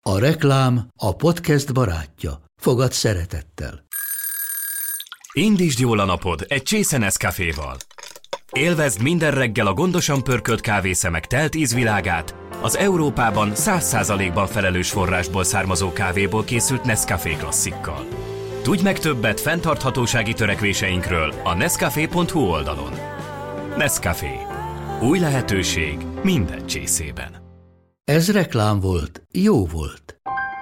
A reklám a podcast barátja. Fogad szeretettel. Indítsd jól a napod egy csésze Nescaféval. Élvezd minden reggel a gondosan pörkölt kávészemek telt ízvilágát, az Európában 100%-ban felelős forrásból származó kávéból készült Nescafé klasszikkal. Tudj meg többet fenntarthatósági törekvéseinkről a nescafé.hu oldalon. Nescafé. Új lehetőség minden csészében. Ez reklám volt, jó volt.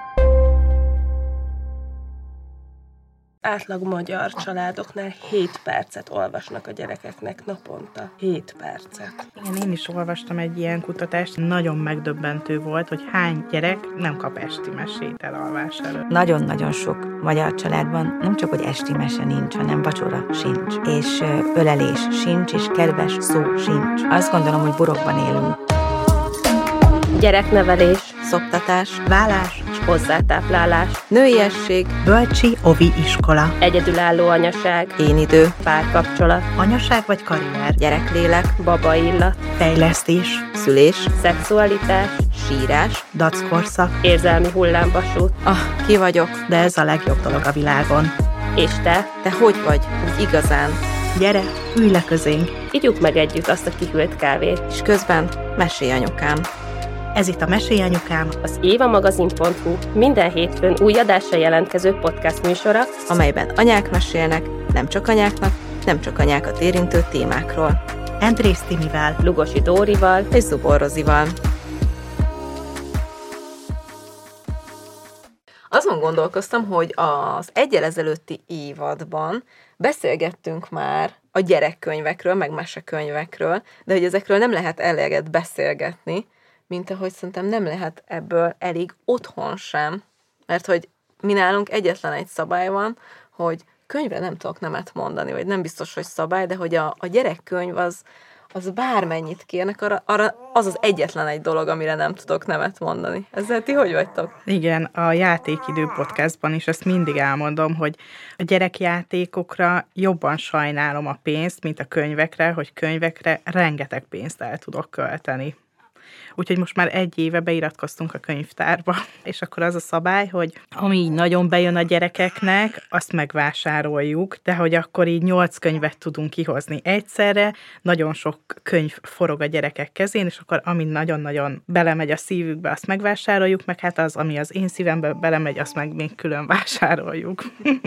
Átlag magyar családoknál 7 percet olvasnak a gyerekeknek naponta. 7 percet. Igen, én is olvastam egy ilyen kutatást. Nagyon megdöbbentő volt, hogy hány gyerek nem kap esti mesét elalvás előtt. Nagyon-nagyon sok magyar családban nem csak, hogy esti mese nincs, hanem vacsora sincs. És ölelés sincs, és kedves szó sincs. Azt gondolom, hogy burokban élünk. Gyereknevelés, Szoptatás, Vállás, és hozzátáplálás, nőiesség, bölcsi, ovi iskola, egyedülálló anyaság, én idő, párkapcsolat, anyaság vagy karrier, gyereklélek, baba illat, fejlesztés, szülés, szexualitás, sírás. dackorszak, érzelmi hullámvasút. Ki vagyok? de ez a legjobb dolog a világon. És te? Te hogy vagy? Úgy igazán. Gyere, ülj le közénk! Igyuk meg együtt azt a kihűlt kávét. És közben mesélj anyukám. Ez itt a Mesélj Anyukám, Az évamagazin.hu minden hétfőn új adásra jelentkező podcast műsora, Amelyben anyák mesélnek, nem csak anyáknak, nem csak anyákat érintő témákról. Andrész Timivel. Lugosi Dórival, És Zubor Rozival. Azon gondolkoztam, hogy az egyel ezelőtti évadban beszélgettünk már a gyerekkönyvekről, meg mesekönyvekről, de hogy ezekről nem lehet eleget beszélgetni, mint ahogy szerintem nem lehet ebből elég otthon sem, mert hogy mi nálunk egyetlen egy szabály van, hogy könyvre nem tudok nemet mondani, vagy nem biztos, hogy szabály, de hogy a gyerekkönyv az bármennyit kérnek, arra az egyetlen egy dolog, amire nem tudok nemet mondani. Ezzel ti hogy vagytok? Igen, a Játékidő podcastban is ezt mindig elmondom, hogy a gyerekjátékokra jobban sajnálom a pénzt, mint a könyvekre, hogy könyvekre rengeteg pénzt el tudok költeni. Úgyhogy most már 1 éve beiratkoztunk a könyvtárba, és akkor az a szabály, hogy ami így nagyon bejön a gyerekeknek, azt megvásároljuk, de hogy akkor így 8 könyvet tudunk kihozni egyszerre, nagyon sok könyv forog a gyerekek kezén, és akkor ami nagyon-nagyon belemegy a szívükbe, azt megvásároljuk, meg hát az, ami az én szívembe belemegy, azt meg még külön vásároljuk.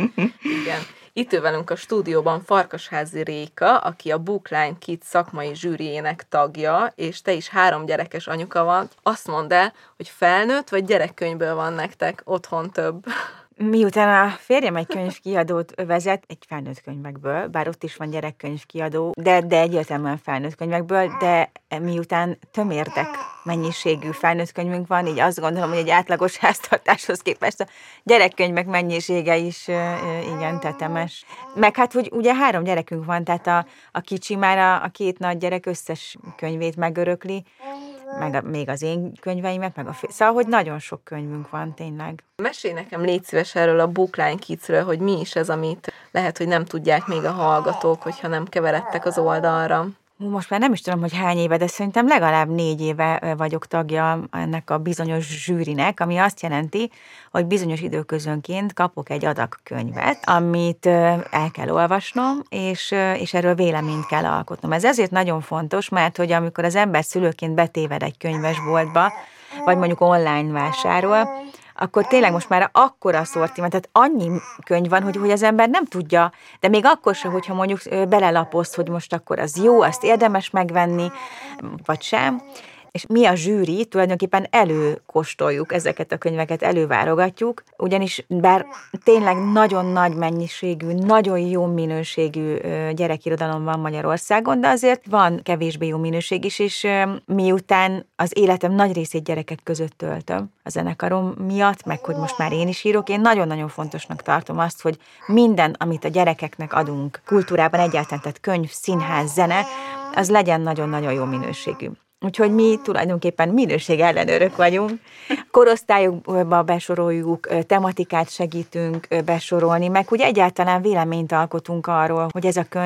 Igen. Itt ül velünk a stúdióban Farkasházi Réka, aki a Bookline Kids szakmai zsűriének tagja, és te is 3 gyerekes anyuka van. Azt mondd el, hogy felnőtt vagy gyerekkönyvből van nektek otthon több? Miután a férjem egy könyvkiadót vezet, egy felnőtt könyvekből, bár ott is van gyerekkönyvkiadó, de egyértelműen felnőtt könyvekből, de miután tömérdek mennyiségű felnőtt könyvünk van, így azt gondolom, hogy egy átlagos háztartáshoz képest a gyerekkönyvek mennyisége is igen tetemes. Meg hát, hogy ugye 3 gyerekünk van, tehát a kicsi már a 2 nagy gyerek összes könyvét megörökli, meg még az én könyveimet, szóval, hogy nagyon sok könyvünk van, tényleg. Mesélj nekem, légy szíves erről a Bookline Kidsről, hogy mi is ez, amit lehet, hogy nem tudják még a hallgatók, hogyha nem keveredtek az oldalra. Most már nem is tudom, hogy hány éve, de szerintem legalább 4 éve vagyok tagja ennek a bizonyos zsűrinek, ami azt jelenti, hogy bizonyos időközönként kapok egy adag könyvet, amit el kell olvasnom, és erről véleményt kell alkotnom. Ez ezért nagyon fontos, mert hogy amikor az ember szülőként betéved egy könyvesboltba, vagy mondjuk online vásárol, akkor tényleg most már akkora szortiment, tehát annyi könyv van, hogy az ember nem tudja, de még akkor sem, hogyha mondjuk belelapozz, hogy most akkor az jó, azt érdemes megvenni, vagy sem. És mi a zsűri tulajdonképpen előkóstoljuk ezeket a könyveket, előválogatjuk, ugyanis bár tényleg nagyon nagy mennyiségű, nagyon jó minőségű gyerekirodalom van Magyarországon, de azért van kevésbé jó minőség is, és miután az életem nagy részét gyerekek között töltöm a zenekarom miatt, meg hogy most már én is írok, én nagyon-nagyon fontosnak tartom azt, hogy minden, amit a gyerekeknek adunk kultúrában egyáltalán, tehát könyv, színház, zene, az legyen nagyon-nagyon jó minőségű. Úgyhogy mi tulajdonképpen minőség ellenőrök vagyunk. Korosztályokba besoroljuk, tematikát segítünk besorolni, meg úgy egyáltalán véleményt alkotunk arról, hogy ez a könyv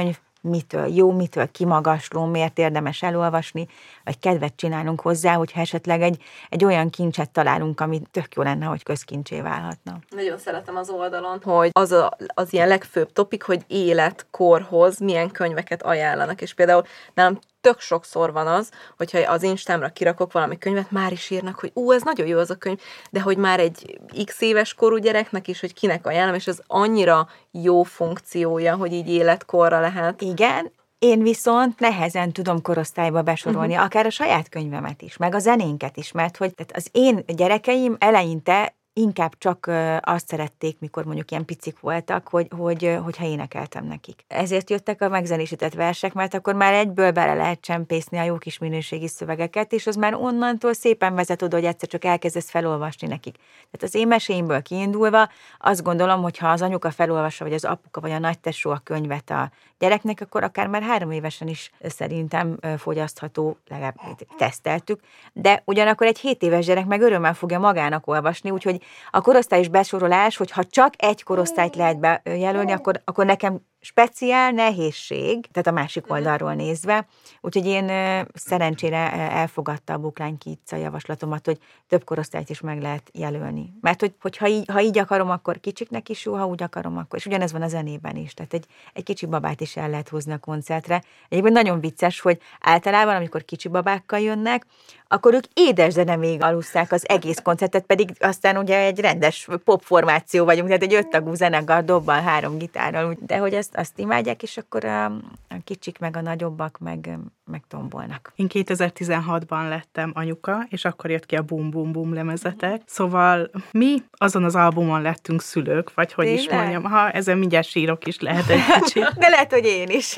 mitől jó, mitől kimagasló, miért érdemes elolvasni, vagy kedvet csinálunk hozzá, hogyha esetleg egy olyan kincset találunk, ami tök jó lenne, hogy közkincsé válhatna. Nagyon szeretem az oldalon, hogy az ilyen legfőbb topik, hogy életkorhoz milyen könyveket ajánlanak, és például nálam tök sokszor van az, hogyha az Instámra kirakok valami könyvet, már is írnak, hogy ez nagyon jó az a könyv, de hogy már egy x éves korú gyereknek is, hogy kinek ajánlom, és ez annyira jó funkciója, hogy így életkorra lehet. Igen, én viszont nehezen tudom korosztályba besorolni, akár a saját könyvemet is, meg a zenénket is, mert hogy tehát az én gyerekeim eleinte inkább csak azt szerették, mikor mondjuk ilyen picik voltak, hogyha énekeltem nekik. Ezért jöttek a megzenésített versek, mert akkor már egyből bele lehet csempészni a jó kis minőségi szövegeket, és az már onnantól szépen vezet oda, hogy egyszer csak elkezdesz felolvasni nekik. Tehát az én meséimből kiindulva azt gondolom, hogy ha az anyuka felolvassa, vagy az apuka, vagy a nagytesó a könyvet a gyereknek, akkor akár már 3 évesen is szerintem fogyasztható, legalább teszteltük, de ugyanakkor egy 7 éves gyerek meg örömmel fogja magának olvasni, úgyhogy a korosztályos besorolás, hogyha csak egy korosztályt lehet bejelölni, akkor nekem speciál nehézség, tehát a másik oldalról nézve. Úgyhogy én szerencsére elfogadta a Bookline Kids a javaslatomat, hogy több korosztályt is meg lehet jelölni. Mert ha így akarom, akkor kicsiknek is jó, ha úgy akarom, akkor. És ugyanez van a zenében is. Tehát egy kicsi babát is el lehet hozni a koncertre. Egyébként nagyon vicces, hogy általában, amikor kicsi babákkal jönnek, akkor ők édeszeneméig alusszák az egész koncertet, pedig aztán ugye egy rendes popformáció vagyunk, tehát egy 5 tagú zenekar dobbal 3 gitárral, de hogy azt imádják, és akkor a kicsik meg a nagyobbak meg tombolnak. Én 2016-ban lettem anyuka, és akkor jött ki a Bum Bum Bum lemezetek. Szóval mi azon az albumon lettünk szülők, vagy hogy is mondjam, ezen mindjárt sírok is lehet egy kicsit. De lehet, hogy én is.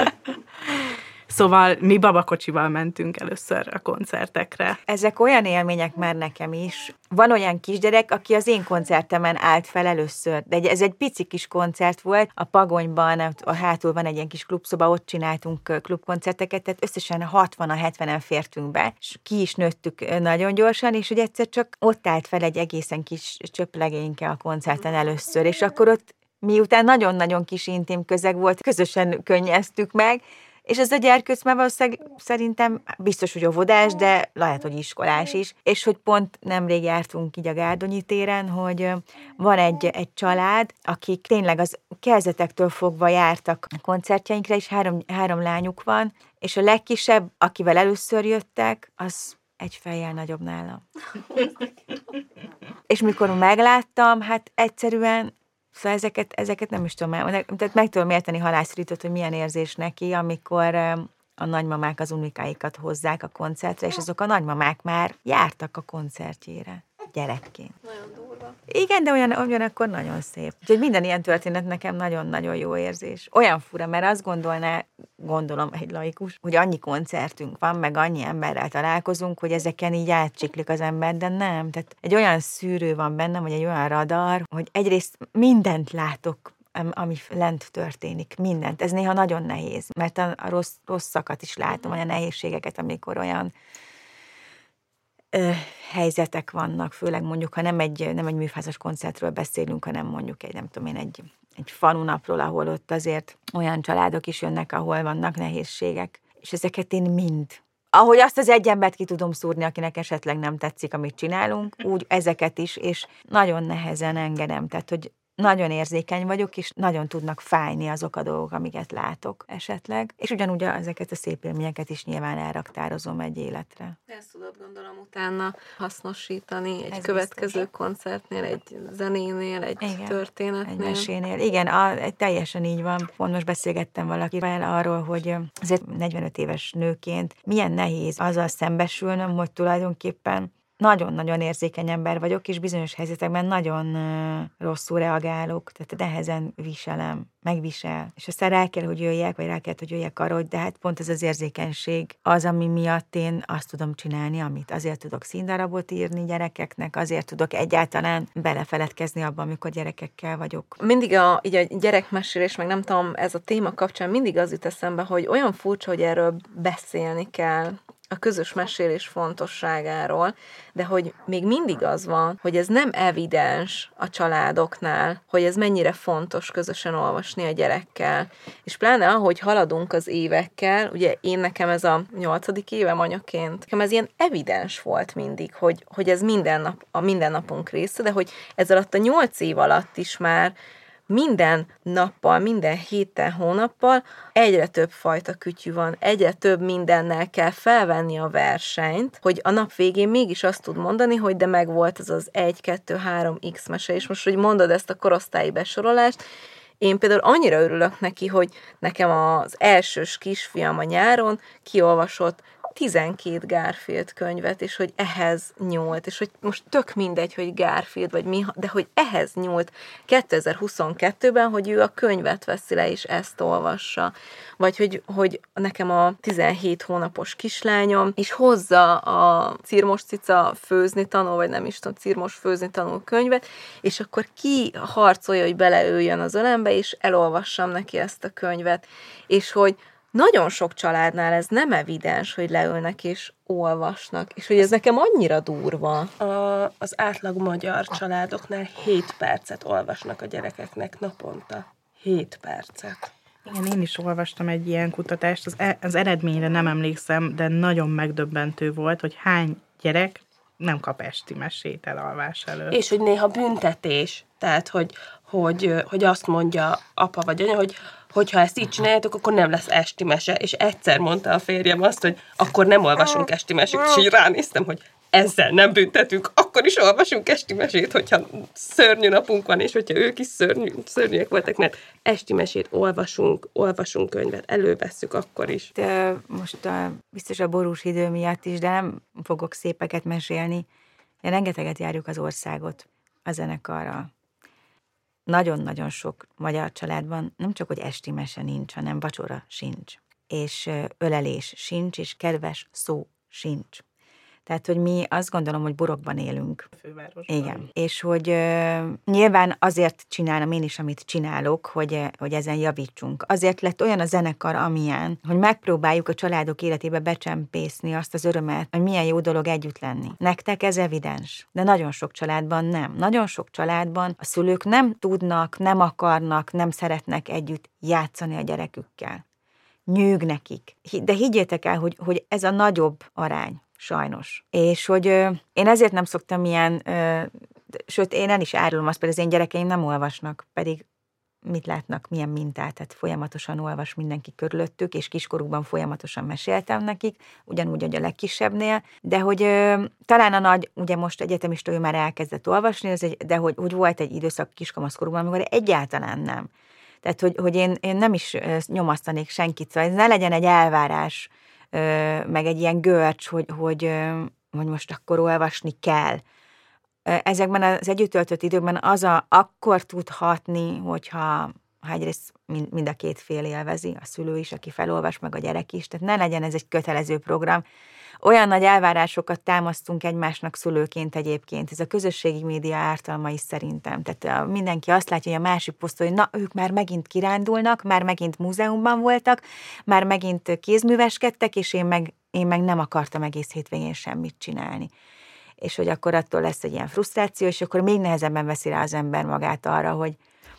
Szóval mi babakocsival mentünk először a koncertekre. Ezek olyan élmények már nekem is. Van olyan kisgyerek, aki az én koncertemen állt fel először, de ez egy pici kis koncert volt, a Pagonyban, a hátul van egy ilyen kis klubszoba, ott csináltunk klubkoncerteket, tehát összesen 60-70-en fértünk be, és ki is nőttük nagyon gyorsan, és hogy egyszer csak ott állt fel egy egészen kis csöplegényke a koncerten először, és akkor ott miután nagyon-nagyon kis intim közeg volt, közösen könnyeztük meg, és ez a gyerkőc már valószínűleg szerintem biztos, hogy óvodás, de lehet, hogy iskolás is. És hogy pont nemrég jártunk így a Gárdonyi téren, hogy van egy család, akik tényleg az kezdetektől fogva jártak a koncertjeinkre, és három lányuk van, és a legkisebb, akivel először jöttek, az egy fejjel nagyobb nálam. És mikor megláttam, hát egyszerűen szóval ezeket nem is tudom, tehát meg tudom érteni Halász Ritot, hogy milyen érzés neki, amikor a nagymamák az unikáikat hozzák a koncertre, és azok a nagymamák már jártak a koncertjére gyerekként. Nagyon durva. Igen, de ugyanakkor nagyon szép. Úgyhogy minden ilyen történet nekem nagyon-nagyon jó érzés. Olyan fura, mert azt gondolom egy laikus, hogy annyi koncertünk van, meg annyi emberrel találkozunk, hogy ezeken így átcsiklik az ember, de nem. Tehát egy olyan szűrő van bennem, vagy egy olyan radar, hogy egyrészt mindent látok, ami lent történik, mindent. Ez néha nagyon nehéz, mert a rosszakat is látom, olyan nehézségeket, amikor olyan helyzetek vannak, főleg mondjuk, ha nem egy műfázas koncertről beszélünk, hanem mondjuk egy falunapról, ahol ott azért olyan családok is jönnek, ahol vannak nehézségek. És ezeket én mind, ahogy azt az egy embert ki tudom szúrni, akinek esetleg nem tetszik, amit csinálunk, úgy ezeket is, és nagyon nehezen engedem, tehát, hogy nagyon érzékeny vagyok, és nagyon tudnak fájni azok a dolgok, amiket látok esetleg. És ugyanúgy ezeket a szép élményeket is nyilván elraktározom egy életre. Ezt tudod, gondolom, utána hasznosítani egy következő koncertnél, egy zenénél, egy történetnél. Egy mesénél. Igen, teljesen így van. Pont most beszélgettem valakivel arról, hogy azért 45 éves nőként milyen nehéz azzal szembesülnöm, hogy tulajdonképpen nagyon-nagyon érzékeny ember vagyok, és bizonyos helyzetekben nagyon rosszul reagálok, tehát nehezen megvisel. És aztán rá kell, hogy jöjjek arra, hogy de hát pont ez az érzékenység az, ami miatt én azt tudom csinálni, amit azért tudok színdarabot írni gyerekeknek, azért tudok egyáltalán belefeledkezni abban, amikor gyerekekkel vagyok. Mindig a gyerekmesélés, meg nem tudom, ez a téma kapcsán mindig az jut eszembe, hogy olyan furcsa, hogy erről beszélni kell. a közös mesélés fontosságáról, de hogy még mindig az van, hogy ez nem evidens a családoknál, hogy ez mennyire fontos közösen olvasni a gyerekkel. És pláne ahogy haladunk az évekkel, ugye nekem ez a 8. évem anyaként, nekem ez ilyen evidens volt mindig, hogy ez a mindennapunk része, de hogy ez alatt a 8 év alatt is már minden nappal, minden héten, hónappal egyre több fajta kütyű van, egyre több mindennel kell felvenni a versenyt, hogy a nap végén mégis azt tud mondani, hogy de megvolt ez az 1, 2, 3 X mese, és most, hogy mondod ezt a korosztályi besorolást, én például annyira örülök neki, hogy nekem az elsős kisfiam a nyáron kiolvasott 12 Garfield könyvet, és hogy ehhez nyúlt, és hogy most tök mindegy, hogy Garfield vagy mi, de hogy ehhez nyúlt 2022-ben, hogy ő a könyvet veszi le, és ezt olvassa. Vagy hogy nekem a 17 hónapos kislányom, és hozza a Cirmos cica főzni tanul, vagy nem is tudom, Cirmos főzni tanul könyvet, és akkor ki harcolja, hogy beleüljön az ölembe, és elolvassam neki ezt a könyvet. És hogy nagyon sok családnál ez nem evidens, hogy leülnek és olvasnak, és hogy ez nekem annyira durva. Az átlag magyar családoknál 7 percet olvasnak a gyerekeknek naponta. 7 percet. Igen, én is olvastam egy ilyen kutatást, az eredményre nem emlékszem, de nagyon megdöbbentő volt, hogy hány gyerek nem kap esti mesét elalvás előtt. És hogy néha büntetés, tehát hogy azt mondja apa vagy anya, hogy ha ezt így csináljátok, akkor nem lesz esti mese. És egyszer mondta a férjem azt, hogy akkor nem olvasunk esti mesét, és így ránéztem, hogy ezzel nem büntetünk, akkor is olvasunk esti mesét, hogyha szörnyű napunk van, és hogyha ők is szörnyűek voltak, mert esti mesét olvasunk könyvet, elővesszük akkor is. De most biztos a borús idő miatt is, de nem fogok szépeket mesélni. Én rengeteget járjuk az országot a zenekarral. Nagyon-nagyon sok magyar családban nem csak, hogy esti mese nincs, hanem vacsora sincs. És ölelés sincs, és kedves szó sincs. Tehát, hogy mi azt gondolom, hogy burokban élünk. Fővárosban. Igen. És hogy nyilván azért csinálom én is, amit csinálok, hogy ezen javítsunk. Azért lett olyan a zenekar, amilyen, hogy megpróbáljuk a családok életébe becsempészni azt az örömet, hogy milyen jó dolog együtt lenni. Nektek ez evidens, de nagyon sok családban nem. Nagyon sok családban a szülők nem tudnak, nem akarnak, nem szeretnek együtt játszani a gyerekükkel. Nyűg nekik. De higgyétek el, hogy ez a nagyobb arány. Sajnos. És hogy én ezért nem szoktam ilyen, sőt, én el is árulom azt, például az én gyerekeim nem olvasnak, pedig mit látnak, milyen mintát, tehát folyamatosan olvas mindenki körülöttük, és kiskorukban folyamatosan meséltem nekik, ugyanúgy, hogy a legkisebbnél, de hogy talán a nagy, ugye most egyetemista, ő már elkezdett olvasni, de hogy volt egy időszak kiskamaszkorukban, amikor egyáltalán nem. Tehát, hogy én nem is nyomasztanék senkit, szóval ez ne legyen egy elvárás, meg egy ilyen görcs, hogy most akkor olvasni kell. Ezekben az együtt töltött időkben akkor tud hatni, hogyha egyrészt mind a két fél élvezi, a szülő is, aki felolvas, meg a gyerek is, tehát ne legyen ez egy kötelező program. Olyan nagy elvárásokat támasztunk egymásnak szülőként egyébként, ez a közösségi média ártalma is szerintem. Tehát mindenki azt látja, hogy a másik posztol, hogy na, ők már megint kirándulnak, már megint múzeumban voltak, már megint kézműveskedtek, és én meg nem akartam egész hétvégén semmit csinálni. És hogy akkor attól lesz egy ilyen frusztráció, és akkor még nehezebben veszi rá az ember magát arra, hogy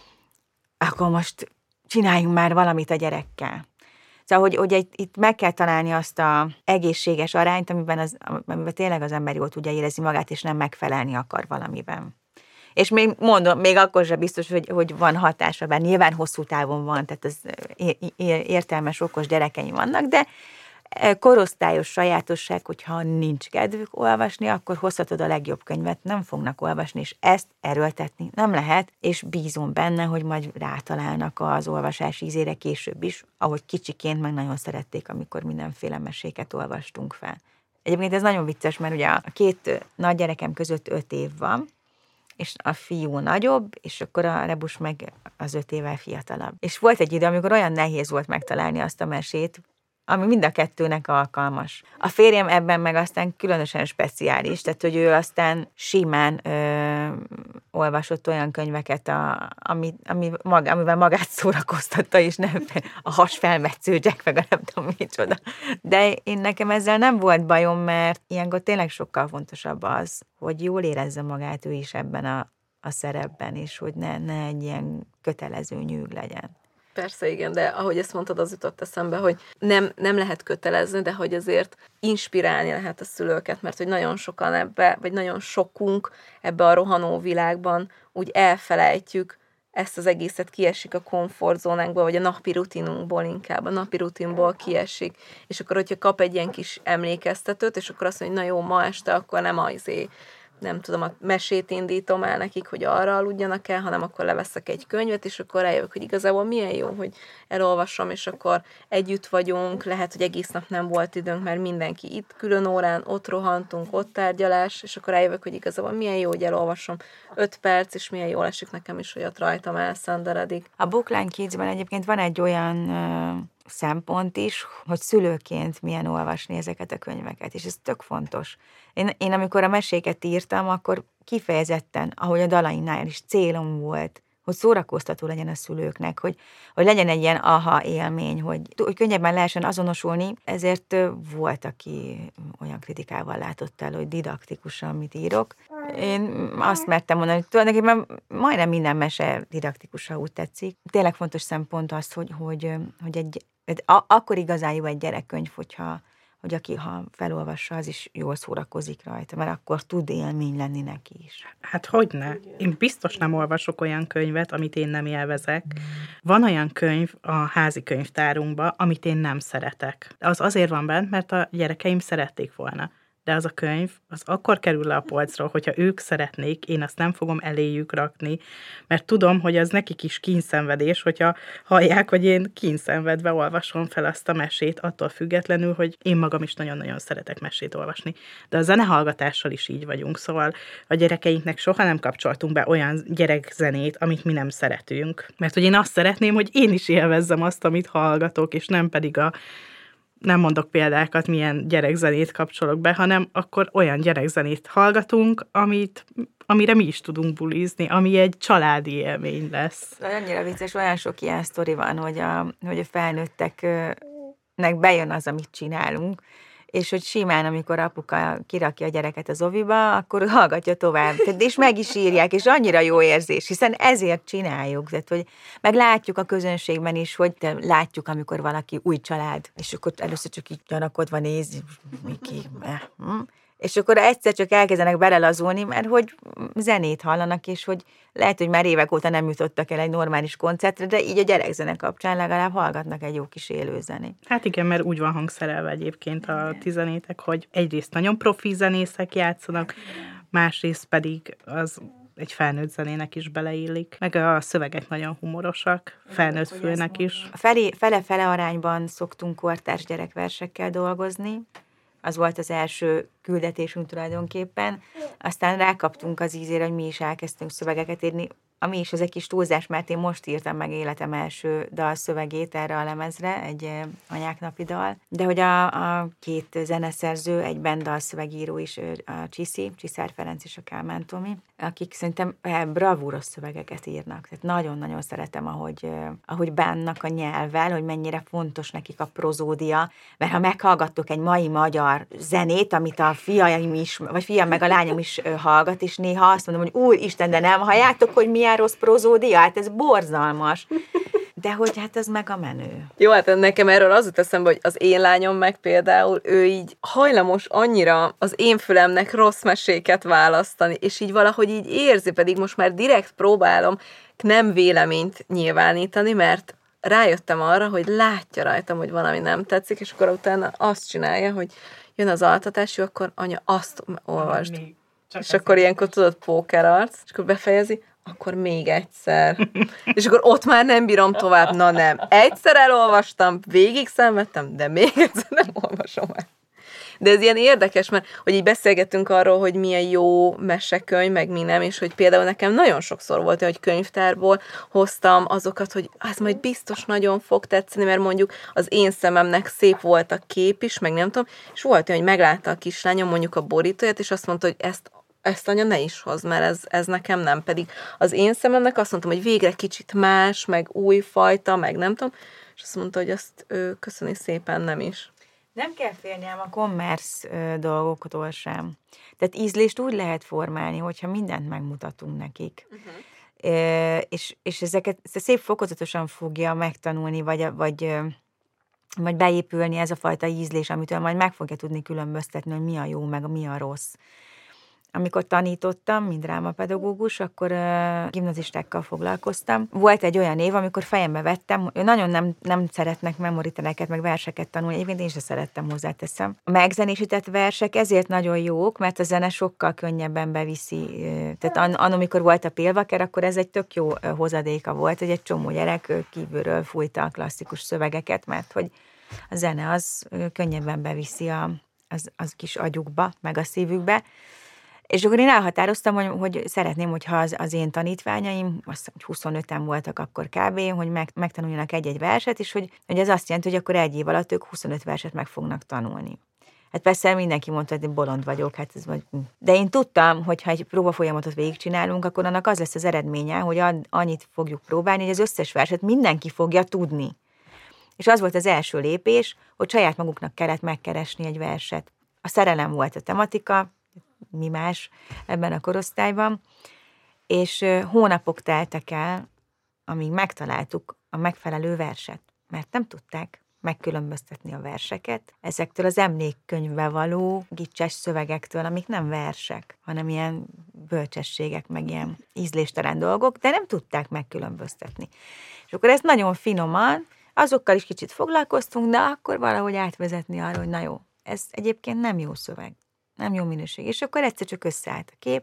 akkor most csináljunk már valamit a gyerekkel. Szóval, hogy itt meg kell találni azt az egészséges arányt, amiben tényleg az ember jól tudja érezni magát, és nem megfelelni akar valamiben. És még mondom, még akkor sem biztos, hogy van hatása, bár nyilván hosszú távon van, tehát az értelmes, okos gyerekeim vannak, de korosztályos sajátosság, hogyha nincs kedvük olvasni, akkor hozhatod a legjobb könyvet, nem fognak olvasni, és ezt erőltetni nem lehet, és bízom benne, hogy majd rátalálnak az olvasás ízére később is, ahogy kicsiként meg nagyon szerették, amikor mindenféle meséket olvastunk fel. Egyébként ez nagyon vicces, mert ugye a két nagy gyerekem között 5 év van, és a fiú nagyobb, és akkor a Rebus meg az 5 évvel fiatalabb. És volt egy idő, amikor olyan nehéz volt megtalálni azt a mesét, ami mind a kettőnek alkalmas. A férjem ebben meg aztán különösen speciális, tehát hogy ő aztán simán olvasott olyan könyveket, amivel magát szórakoztatta, és nem a hasfelmetsző Jack, meg a nem tudom micsoda. De nekem ezzel nem volt bajom, mert ilyenkor tényleg sokkal fontosabb az, hogy jól érezze magát ő is ebben a szerepben, és hogy ne egy ilyen kötelező nyűg legyen. Persze, igen, de ahogy ezt mondtad, az jutott eszembe, hogy nem lehet kötelezni, de hogy azért inspirálni lehet a szülőket, mert hogy nagyon sokan vagy nagyon sokunk ebbe a rohanó világban úgy elfelejtjük ezt az egészet, kiesik a komfortzónánkból, vagy a napi rutinunkból inkább, a napi rutinból kiesik, és akkor, hogyha kap egy ilyen kis emlékeztetőt, és akkor azt mondja, hogy na jó, ma este akkor nem tudom, a mesét indítom el nekik, hogy arra aludjanak el, hanem akkor leveszek egy könyvet, és akkor eljövök, hogy igazából milyen jó, hogy elolvasom, és akkor együtt vagyunk, lehet, hogy egész nap nem volt időnk, mert mindenki itt külön órán, ott rohantunk, ott tárgyalás, és akkor eljövök, hogy igazából milyen jó, hogy elolvasom 5 perc, és milyen jól esik nekem is, hogy ott rajtam elszenderedik. A Bookline Kidsben egyébként van egy olyan szempont is, hogy szülőként milyen olvasni ezeket a könyveket, és ez tök fontos. Én amikor a meséket írtam, akkor kifejezetten, ahogy a Dalainál is célom volt, hogy szórakoztató legyen a szülőknek, hogy legyen egy ilyen aha élmény, hogy könnyebben lehessen azonosulni, ezért volt, aki olyan kritikával látott el, hogy didaktikusan mit írok. Én azt mertem mondani, hogy tulajdonképpen majdnem minden mese didaktikus, ha úgy tetszik. Tényleg fontos szempont az, hogy akkor igazán jó egy gyerekkönyv, hogy aki ha felolvassa, az is jól szórakozik rajta, mert akkor tud élmény lenni neki is. Hát hogyne? Én biztos nem olvasok olyan könyvet, amit én nem élvezek. Van olyan könyv a házi könyvtárunkban, amit én nem szeretek. De az azért van bent, mert a gyerekeim szerették volna. De az a könyv, az akkor kerül le a polcról, hogyha ők szeretnék, én azt nem fogom eléjük rakni, mert tudom, hogy az nekik is kínszenvedés, hogyha hallják, hogy én kínszenvedve olvasom fel azt a mesét, attól függetlenül, hogy én magam is nagyon-nagyon szeretek mesét olvasni. De a zenehallgatással is így vagyunk, szóval a gyerekeinknek soha nem kapcsoltunk be olyan gyerekzenét, amit mi nem szeretünk. Mert hogy én azt szeretném, hogy én is élvezzem azt, amit hallgatok, és nem pedig nem mondok példákat, milyen gyerekzenét kapcsolok be, hanem akkor olyan gyerekzenét hallgatunk, amire mi is tudunk bulizni, ami egy családi élmény lesz. Annyira vicces, olyan sok ilyen sztori van, hogy a felnőtteknek bejön az, amit csinálunk, és hogy simán, amikor apuka kirakja a gyereket az oviba, akkor hallgatja tovább. És meg is írják, és annyira jó érzés, hiszen ezért csináljuk. Tehát, hogy meg látjuk a közönségben is, hogy látjuk, amikor valaki új család, és akkor először csak így gyanakodva néz, és akkor egyszer csak elkezdenek belelazulni, mert hogy zenét hallanak, és hogy lehet, hogy már évek óta nem jutottak el egy normális koncertre, de így a gyerekzene kapcsán legalább hallgatnak egy jó kis élőzenét. Hát igen, mert úgy van hangszerelve egyébként a tizenétek, hogy egyrészt nagyon profi zenészek játszanak, másrészt pedig az egy felnőtt zenének is beleillik, meg a szövegek nagyon humorosak, felnőtt fülnek is. Fele-fele arányban szoktunk kortárs gyerekversekkel dolgozni, az volt az első küldetésünk tulajdonképpen. Aztán rákaptunk az ízére, hogy mi is elkezdtünk szövegeket írni, ami is az egy kis túlzás, mert én most írtam meg életem első dalszövegét erre a lemezre, egy Anyák napi dal, de hogy a két zeneszerző, egyben dalszövegíró is, a Csiszár Ferenc és a Kálmán Tomi, akik szerintem bravúros szövegeket írnak. Tehát nagyon-nagyon szeretem, ahogy bánnak a nyelvvel, hogy mennyire fontos nekik a prozódia, mert ha meghallgattok egy mai magyar zenét, amit a fiaim is, vagy fiam meg a lányom is hallgat, és néha azt mondom, hogy úristen, de nem halljátok, hogy milyen rossz prozódia? Hát ez borzalmas. De hogy hát ez meg a menő. Jó, hát nekem erről az jut eszembe, hogy az én lányom meg például, ő így hajlamos annyira az én fülemnek rossz meséket választani, és így valahogy így érzi, pedig most már direkt próbálom nem véleményt nyilvánítani, mert rájöttem arra, hogy látja rajtam, hogy valami nem tetszik, és akkor utána azt csinálja, hogy jön az altatás, jó, akkor anya, azt olvasd. És akkor ilyenkor tudod, pókerarc, és akkor befejezi, akkor még egyszer. És akkor ott már nem bírom tovább, na nem. Egyszer elolvastam, végig szenvedtem, de még egyszer nem olvasom el. De ez ilyen érdekes, mert hogy így beszélgettünk arról, hogy milyen jó mesekönyv, meg mi nem, és hogy például nekem nagyon sokszor volt, hogy könyvtárból hoztam azokat, hogy az majd biztos nagyon fog tetszeni, mert mondjuk az én szememnek szép volt a kép is, meg nem tudom, és volt olyan, hogy meglátta a kislányom mondjuk a borítóját, és azt mondta, hogy ezt ezt anya ne is hozd, mert ez nekem nem. Pedig az én szememnek azt mondtam, hogy végre kicsit más, meg újfajta, meg nem tudom, és azt mondta, hogy azt köszöni szépen nem is. Nem kell félnem a commerce dolgoktól sem. Tehát ízlést úgy lehet formálni, hogyha mindent megmutatunk nekik. És ezeket szép fokozatosan fogja megtanulni, vagy beépülni ez a fajta ízlés, amitől majd meg fogja tudni különböztetni, hogy mi a jó, meg mi a rossz. Amikor tanítottam, mint drámapedagógus, akkor gimnazistákkal foglalkoztam. Volt egy olyan év, amikor fejembe vettem, hogy nagyon nem szeretnek memoriteleket, meg verseket tanulni, egyébként én sem szerettem, hozzáteszem. A megzenésített versek ezért nagyon jók, mert a zene sokkal könnyebben beviszi. Tehát amikor volt a Pélvaker, akkor ez egy tök jó hozadéka volt, hogy egy csomó gyerek kívülről fújta a klasszikus szövegeket, mert hogy a zene az könnyebben beviszi az kis agyukba, meg a szívükbe. És akkor én elhatároztam, hogy szeretném, hogyha az én tanítványaim, azt hiszem, hogy 25-en voltak akkor kb., hogy megtanuljanak egy-egy verset, és hogy ez azt jelenti, hogy akkor egy év alatt ők 25 verset meg fognak tanulni. Hát persze mindenki mondta, hogy bolond vagyok, de én tudtam, hogy ha egy próbafolyamatot végigcsinálunk, akkor annak az lesz az eredménye, hogy annyit fogjuk próbálni, hogy az összes verset mindenki fogja tudni. És az volt az első lépés, hogy saját maguknak kellett megkeresni egy verset. A szerelem volt a tematika, mi más ebben a korosztályban, és hónapok teltek el, amíg megtaláltuk a megfelelő verset, mert nem tudták megkülönböztetni a verseket ezektől az emlékkönyvbe való gicses szövegektől, amik nem versek, hanem ilyen bölcsességek, meg ilyen ízléstelen dolgok, de nem tudták megkülönböztetni. És akkor ezt nagyon finoman, azokkal is kicsit foglalkoztunk, de akkor valahogy átvezetni arra, hogy na jó, ez egyébként nem jó szöveg. Nem jó minőség. És akkor egyszer csak összeállt a kép,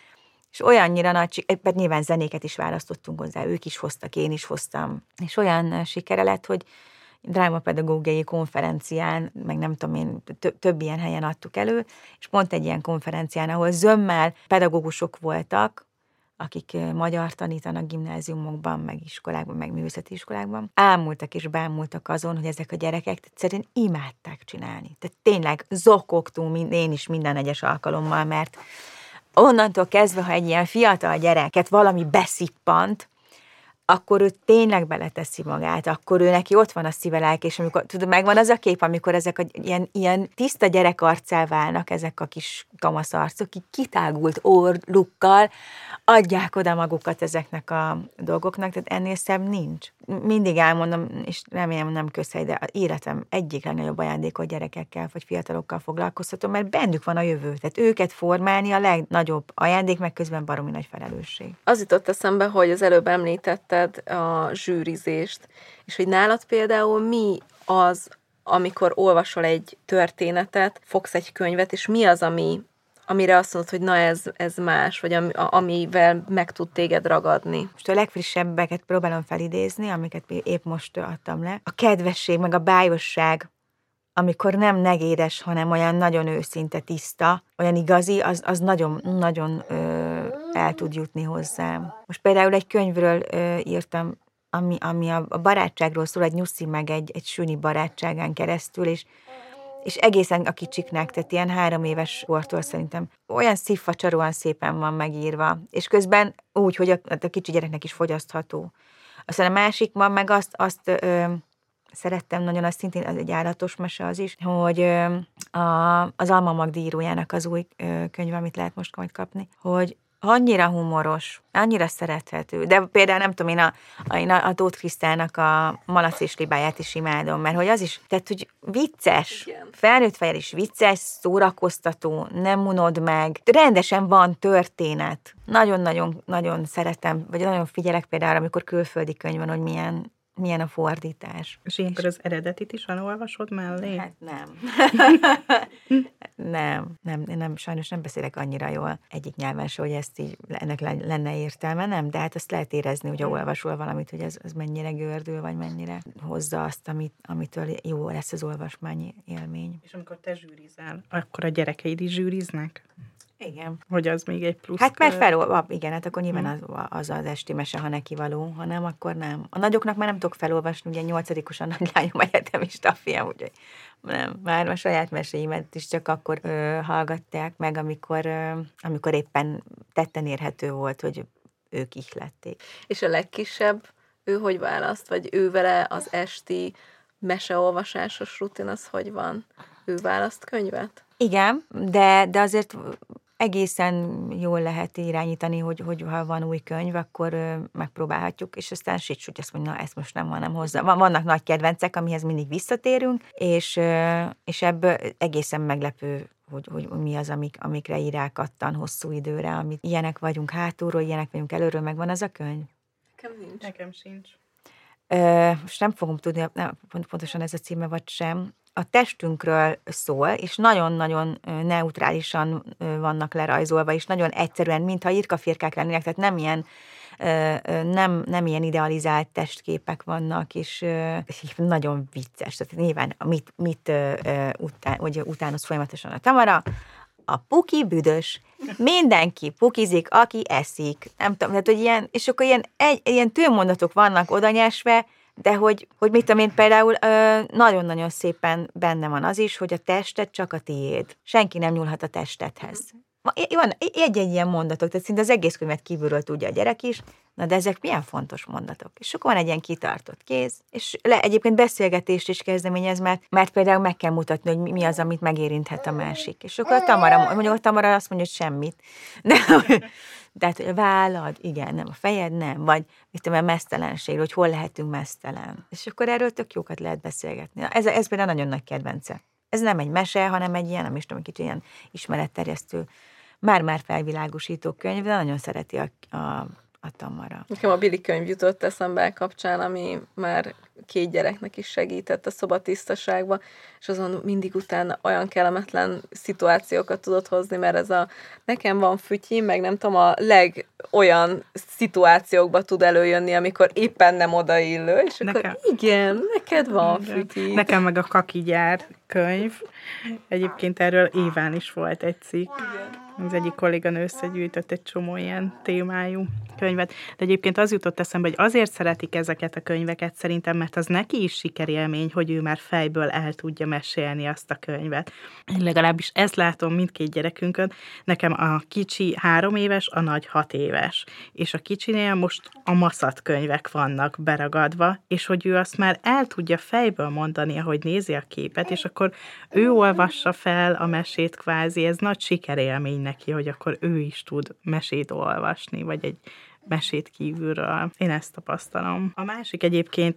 és olyannyira nagy, mert nyilván zenéket is választottunk hozzá, ők is hoztak, én is hoztam, és olyan sikere lett, hogy drámapedagógiai konferencián, meg nem tudom én, több ilyen helyen adtuk elő, és pont egy ilyen konferencián, ahol zömmel pedagógusok voltak, akik magyar tanítanak gimnáziumokban, meg iskolákban, meg művészeti iskolákban, ámultak és bámultak azon, hogy ezek a gyerekek egyszerűen imádták csinálni. Tehát tényleg zokogtunk, én is minden egyes alkalommal, mert onnantól kezdve, ha egy ilyen fiatal gyereket valami beszippant, akkor ő tényleg beleteszi magát, akkor ő neki ott van a szívelelke, és amikor, tudod, megvan az a kép, amikor ezek ilyen tiszta gyerekarccá válnak, ezek a kis kamaszarcok, így kitágult orrukkal adják oda magukat ezeknek a dolgoknak, tehát ennél szebb nincs. Mindig elmondom, és remélem nem közhely, de az életem egyik legnagyobb ajándékot gyerekekkel, vagy fiatalokkal foglalkoztatom, mert bennük van a jövő. Tehát őket formálni a legnagyobb ajándék, meg közben baromi nagy felelősség. Az jutott eszembe, hogy az előbb említetted a zsűrizést, és hogy nálad például mi az, amikor olvasol egy történetet, fogsz egy könyvet, és mi az, amire azt mondod, hogy na ez más, vagy amivel meg tud téged ragadni. Most a legfrissebbeket próbálom felidézni, amiket épp most adtam le. A kedvesség, meg a bájosság, amikor nem negédes, hanem olyan nagyon őszinte, tiszta, olyan igazi, az nagyon el tud jutni hozzám. Most például egy könyvről írtam, ami a barátságról szól, egy nyuszi meg egy süni barátságán keresztül, és egészen a kicsiknek, tehát ilyen 3 éves kortól szerintem olyan szívfacsaróan szépen van megírva, és közben úgy, hogy a kicsi gyereknek is fogyasztható. Aztán a másik van, meg azt szerettem nagyon, az szintén az egy állatos mese az is, hogy az Alma Magdi írójának az új könyve, amit lehet most majd kapni, hogy annyira humoros, annyira szerethető, de például nem tudom, én a Tóth Krisztának a Malac és Libáját is imádom, mert hogy az is, tehát hogy vicces, felnőtt fejjel is vicces, szórakoztató, nem unod meg, rendesen van történet. Nagyon szeretem, vagy nagyon figyelek például, amikor külföldi könyv van, hogy milyen a fordítás. És ilyenkor az eredetit is olvasod mellé? Hát nem. Sajnos nem beszélek annyira jól egyik nyelven se, hogy ezt így ennek lenne értelme, nem, de hát azt lehet érezni, hogy olvasol valamit, hogy ez mennyire gördül, vagy mennyire hozza azt, amitől jó lesz az olvasmányi élmény. És amikor te zsűrizel, akkor a gyerekeid is zsűriznek? Igen. Hogy az még egy plusz. Hát mert igen, hát akkor nyilván az esti mese, ha neki való, ha nem, akkor nem. A nagyoknak már nem tudok felolvasni, ugye 8-osan nagy lányom egyetemista a fiam, úgyhogy nem, már a saját meséimet is csak akkor hallgatták meg, amikor éppen tetten érhető volt, hogy ők ihlették. És a legkisebb, ő hogy választ? Vagy ő vele az esti meseolvasásos rutin, az hogy van? Ő választ könyvet? Igen, de azért egészen jól lehet irányítani, hogy ha van új könyv, akkor megpróbálhatjuk, és aztán úgy azt mondja, na ezt most nem van hozzá. Vannak nagy kedvencek, amihez mindig visszatérünk, és ebből egészen meglepő, hogy mi az, amikre rákattan hosszú időre, amit ilyenek vagyunk hátulról, ilyenek vagyunk előről, megvan az a könyv? Nekem nincs. Nekem sincs. Most nem fogom tudni, pontosan ez a címe vagy sem. A testünkről szól, és nagyon-nagyon neutrálisan vannak lerajzolva, és nagyon egyszerűen, mintha irkafirkák lennének, tehát nem ilyen idealizált testképek vannak, és nagyon vicces. Tehát nyilván utánoz folyamatosan a Tamara, a puki büdös, mindenki pukizik, aki eszik. Nem tudom, tehát, hogy ilyen, és akkor ilyen tőmondatok vannak odanyesve, de hogy mit tudom én, például nagyon-nagyon szépen benne van az is, hogy a tested csak a tiéd. Senki nem nyúlhat a testedhez. Van egy-egy ilyen mondatok, tehát szinte az egész könyvet kívülről tudja a gyerek is, na de ezek milyen fontos mondatok. És akkor van egy ilyen kitartott kéz, és egyébként beszélgetést is kezdeményez, mert például meg kell mutatni, hogy mi az, amit megérinthet a másik. És akkor a Tamara azt mondja, hogy semmit. De hát, hogy a vállad, igen, nem a fejed, nem, vagy mit tudom, a meztelenség, hogy hol lehetünk meztelen. És akkor erről tök jókat lehet beszélgetni. Ez például nagyon nagy kedvence. Ez nem egy mese, hanem egy ilyen, nem is tudom, kicsit ilyen ismeretterjesztő, már felvilágosító könyv, de nagyon szereti a Tamara. Nekem a Billy könyv jutott eszembe kapcsán, ami már 2 gyereknek is segített a szobatisztaságba, és azon mindig utána olyan kellemetlen szituációkat tudott hozni, mert ez nekem van fütyim, meg nem tudom, a olyan szituációkba tud előjönni, amikor éppen nem odaillő, és akkor igen, neked van fütyim. Nekem meg a Kakigyár könyv. Egyébként erről Éván is volt egy cikk. Az egyik kolléganő összegyűjtött egy csomó ilyen témájú könyvet. De egyébként az jutott eszembe, hogy azért szeretik ezeket a könyveket szerintem, mert az neki is sikerélmény, hogy ő már fejből el tudja mesélni azt a könyvet. Én legalábbis ezt látom mindkét gyerekünkön. Nekem a kicsi 3 éves, a nagy 6 éves. És a kicsinél most a maszat könyvek vannak beragadva, és hogy ő azt már el tudja fejből mondani, ahogy nézi a képet, és akkor ő olvassa fel a mesét kvázi, ez nagy sikerélmény neki, hogy akkor ő is tud mesét olvasni, vagy egy mesét kívülről. Én ezt tapasztalom. A másik egyébként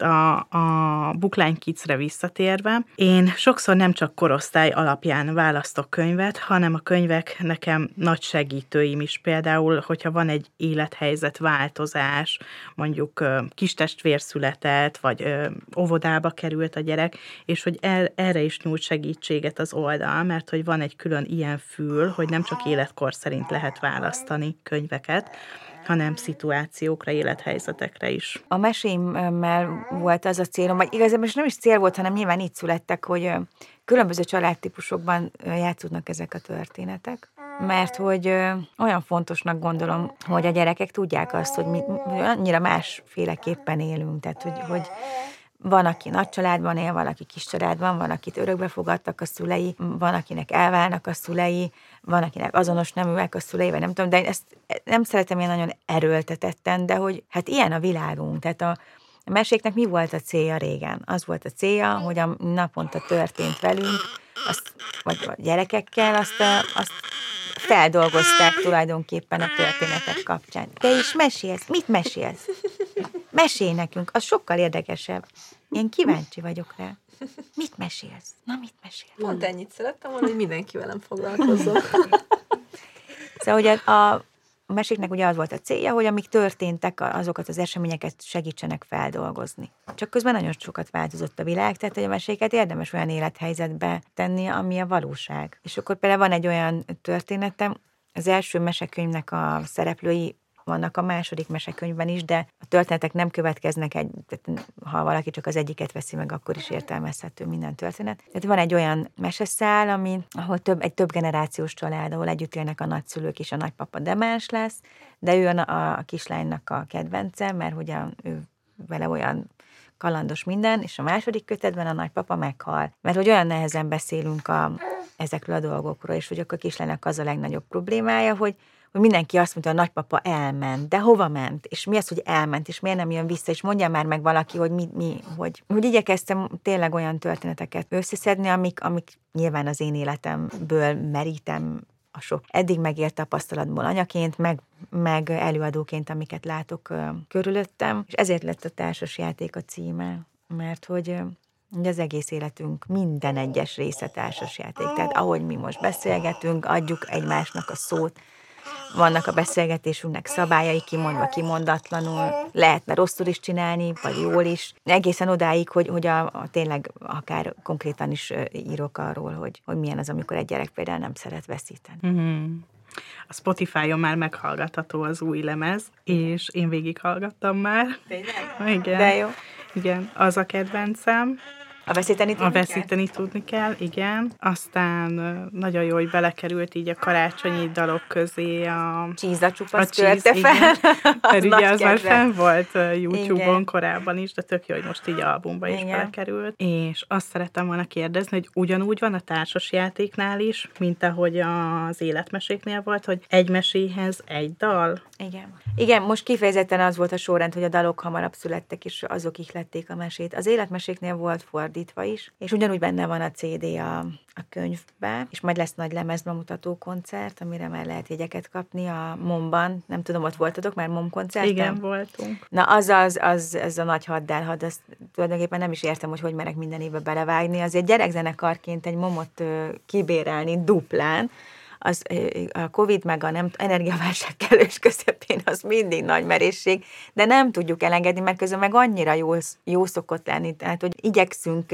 a Bookline Kidsre visszatérve, én sokszor nem csak korosztály alapján választok könyvet, hanem a könyvek nekem nagy segítőim is. Például, hogyha van egy élethelyzet változás, mondjuk kistestvér született, vagy óvodába került a gyerek, és hogy erre is nyújt segítséget az oldal, mert hogy van egy külön ilyen fül, hogy nem csak életkor szerint lehet választani könyveket, hanem szituációkra, élethelyzetekre is. A meséimmel volt az a célom, vagy igazából nem is cél volt, hanem nyilván így születtek, hogy különböző családtípusokban játszódnak ezek a történetek, mert hogy olyan fontosnak gondolom, hogy a gyerekek tudják azt, hogy mi annyira másféleképpen élünk, tehát hogy van, aki nagy családban él, van, aki kis családban, van, akit örökbe fogadtak a szülei, van, akinek elválnak a szülei, van, akinek azonos neműek a szülei, vagy nem tudom, de ezt nem szeretem ilyen nagyon erőltetetten, de hogy hát ilyen a világunk, tehát a meséknek mi volt a célja régen? Az volt a célja, hogy a naponta történt velünk, vagy a gyerekekkel, azt feldolgozták tulajdonképpen a történetek kapcsán. Te is mesélsz? Mit mesélsz? Mesélj nekünk, az sokkal érdekesebb. Én kíváncsi vagyok rá. Mit mesélsz? Na, mit mesélsz? Pont ennyit szerettem volna, hogy mindenki velem foglalkozzon. Szóval, hogy a meséknek ugye az volt a célja, hogy amik történtek, azokat az eseményeket segítsenek feldolgozni. Csak közben nagyon sokat változott a világ, tehát hogy a meséket érdemes olyan élethelyzetbe tenni, ami a valóság. És akkor például van egy olyan történetem, az első mesekönyvnek a szereplői vannak a második mesekönyvben is, de a történetek nem következnek tehát ha valaki csak az egyiket veszi meg, akkor is értelmezhető minden történet. Tehát van egy olyan meseszál, ahol egy több generációs család, ahol együtt élnek a nagyszülők és a nagypapa demens lesz, de ő a kislánynak a kedvence, mert ugye ő vele olyan kalandos minden, és a második kötetben a nagypapa meghal. Mert hogy olyan nehezen beszélünk ezekről a dolgokról, és hogy akkor a kislánynak az a legnagyobb problémája, hogy mindenki azt mondja, a nagypapa elment, de hova ment? És mi az, hogy elment, és miért nem jön vissza? És mondja már meg valaki, hogy hogy igyekeztem tényleg olyan történeteket összeszedni, amik nyilván az én életemből merítem a sok eddig megélt tapasztalatból anyaként, meg előadóként, amiket látok körülöttem. És ezért lett a társasjáték a címe, mert hogy az egész életünk minden egyes része társasjáték. Tehát ahogy mi most beszélgetünk, adjuk egymásnak a szót, vannak a beszélgetésünknek szabályai, kimondva, kimondatlanul, lehetne rosszul is csinálni, vagy jól is. Egészen odáig, hogy tényleg akár konkrétan is írok arról, hogy milyen az, amikor egy gyerek például nem szeret veszíteni. Mm-hmm. A Spotify-on már meghallgatható az új lemez, és én végighallgattam már. Tényleg? Igen. De jó. Igen, az a kedvencem. A veszíteni tudni kell, igen. Aztán nagyon jó, hogy belekerült így a karácsonyi dalok közé a Csíza csupasz törte fel. Mert ugye az már fenn volt YouTube-on korábban is, de tök jó, hogy most így albumba is belekerült. És azt szerettem volna kérdezni, hogy ugyanúgy van a társasjátéknál is, mint ahogy az életmeséknél volt, hogy egy meséhez egy dal? Igen, most kifejezetten az volt a sorrend, hogy a dalok hamarabb születtek, és azok ihlették a mesét. Az életmeséknél volt fordítva is, és ugyanúgy benne van a CD a könyvbe, és majd lesz nagy lemezbemutató koncert, amire már lehet jegyeket kapni a MOM-ban. Nem tudom, ott voltatok már MOM koncerten? Igen, voltunk. Na, az a nagy haddálhad, azt tulajdonképpen nem is értem, hogy merek minden évbe belevágni. Azért gyerekzenekarként egy MOM-ot kibérelni duplán, az a Covid meg a energiaválság kellős közepén az mindig nagy merészség, de nem tudjuk elengedni, mert közben meg annyira jó szokott lenni, tehát hogy igyekszünk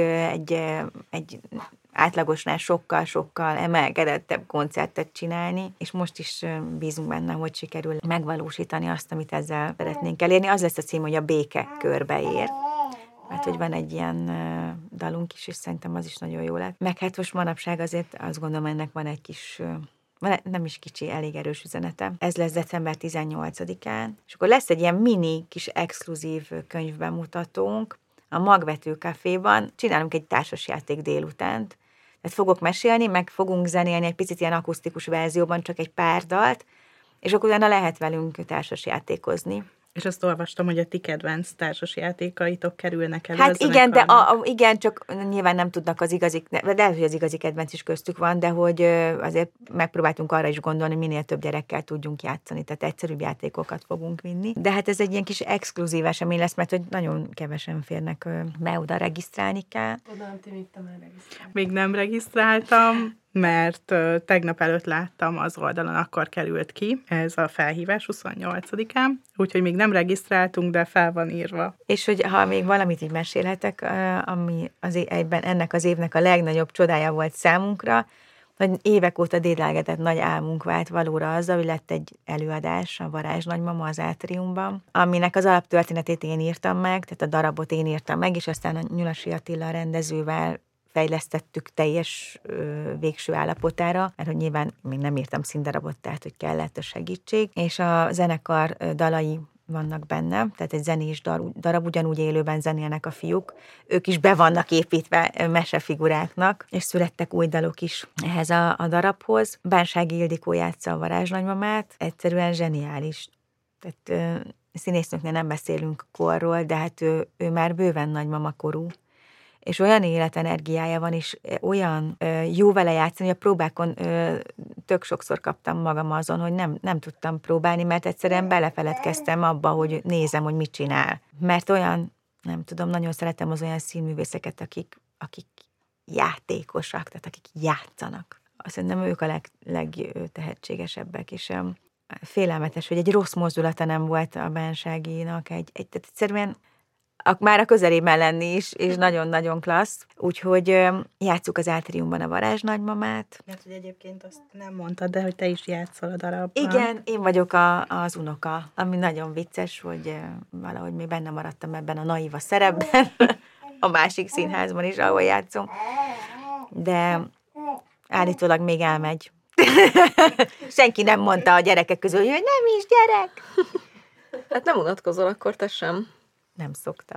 egy átlagosnál sokkal emelkedettebb koncertet csinálni, és most is bízunk benne, hogy sikerül megvalósítani azt, amit ezzel szeretnénk elérni. Az lesz a cím, hogy a béke körbeér. Mert hogy van egy ilyen dalunk is, és szerintem az is nagyon jó lett. Meg hát most manapság azért azt gondolom, ennek van egy kis, nem is kicsi, elég erős üzenete. Ez lesz december 18-án, és akkor lesz egy ilyen mini kis exkluzív könyvbemutatónk a Magvető Caféban. Csinálunk egy társasjáték délutánt. Tehát fogok mesélni, meg fogunk zenélni egy picit ilyen akusztikus verzióban, csak egy pár dalt, és akkor utána lehet velünk társasjátékozni. És azt olvastam, hogy a ti kedvenc társasjátékaitok kerülnek elő. Hát igen, de igen, csak nyilván nem tudnak az igazi, de lehet, hogy az igazi kedvenc is köztük van, de hogy azért megpróbáltunk arra is gondolni, minél több gyerekkel tudjunk játszani, tehát egyszerűbb játékokat fogunk vinni. De hát ez egy ilyen kis exkluzív esemény lesz, mert hogy nagyon kevesen férnek be, oda regisztrálni kell. Oda, még te már regisztráltál. Még nem regisztráltam, mert tegnap előtt láttam az oldalon, akkor került ki ez a felhívás 28-án, úgyhogy még nem regisztráltunk, de fel van írva. És hogy ha még valamit így mesélhetek, ami ennek az évnek a legnagyobb csodája volt számunkra, hogy évek óta dédelgetett nagy álmunk vált valóra azzal, hogy lett egy előadás, a Varázsnagymama az Átriumban, aminek az alaptörténetét én írtam meg, tehát a darabot én írtam meg, és aztán a Nyulasi Attila rendezővel fejlesztettük teljes végső állapotára, mert hogy nyilván még nem írtam színdarabot, tehát hogy kellett a segítség, és a zenekar dalai vannak benne, tehát egy zenés darab, ugyanúgy élőben zenélnek a fiúk, ők is be vannak építve mesefiguráknak, és születtek új dalok is ehhez a darabhoz. Bánsági Ildikó játsza a Varázsnagymamát, egyszerűen zseniális. Tehát színésznőknél nem beszélünk korról, de hát ő már bőven nagymama korú, és olyan életenergiája van, és olyan jó vele játszani, hogy a próbákon tök sokszor kaptam magam azon, hogy nem tudtam próbálni, mert egyszerűen belefeledkeztem abba, hogy nézem, hogy mit csinál. Mert olyan, nem tudom, nagyon szeretem az olyan színművészeket, akik játékosak, tehát akik játszanak. Azt szerintem ők a legtehetségesebbek, és félelmetes, hogy egy rossz mozdulata nem volt a Bánságinak, tehát egyszerűen már a közelében lenni is, és nagyon-nagyon klassz. Úgyhogy játsszuk az átriumban a varázsnagymamát. Mert hogy egyébként azt nem mondtad, de hogy te is játszol a darabban. Igen, én vagyok az unoka, ami nagyon vicces, hogy valahogy még benne maradtam ebben a naiva szerepben, a másik színházban is, ahol játszom. De állítólag még elmegy. Senki nem mondta a gyerekek közül, hogy nem is gyerek. Hát nem unatkozol akkor te sem. Nem szoktam.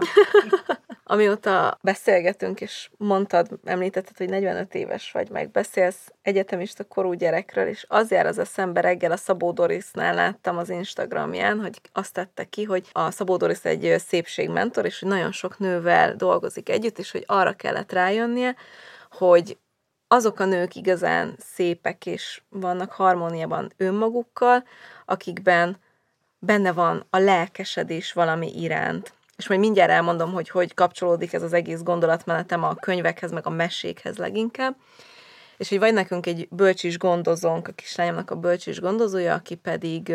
Amióta beszélgetünk, és említetted, hogy 45 éves vagy, meg beszélsz egyetemista korú gyerekről, és az jár az eszembe, reggel a Szabó Dorisnál láttam az Instagramján, hogy azt tette ki, hogy a Szabó Doris egy szépségmentor, és hogy nagyon sok nővel dolgozik együtt, és hogy arra kellett rájönnie, hogy azok a nők igazán szépek, és vannak harmóniában önmagukkal, akikben benne van a lelkesedés valami iránt. És majd mindjárt elmondom, hogy kapcsolódik ez az egész gondolatmenetem a könyvekhez, meg a mesékhez leginkább. És hogy vagy nekünk egy bölcsis gondozónk, a kislányomnak a bölcsis gondozója, aki pedig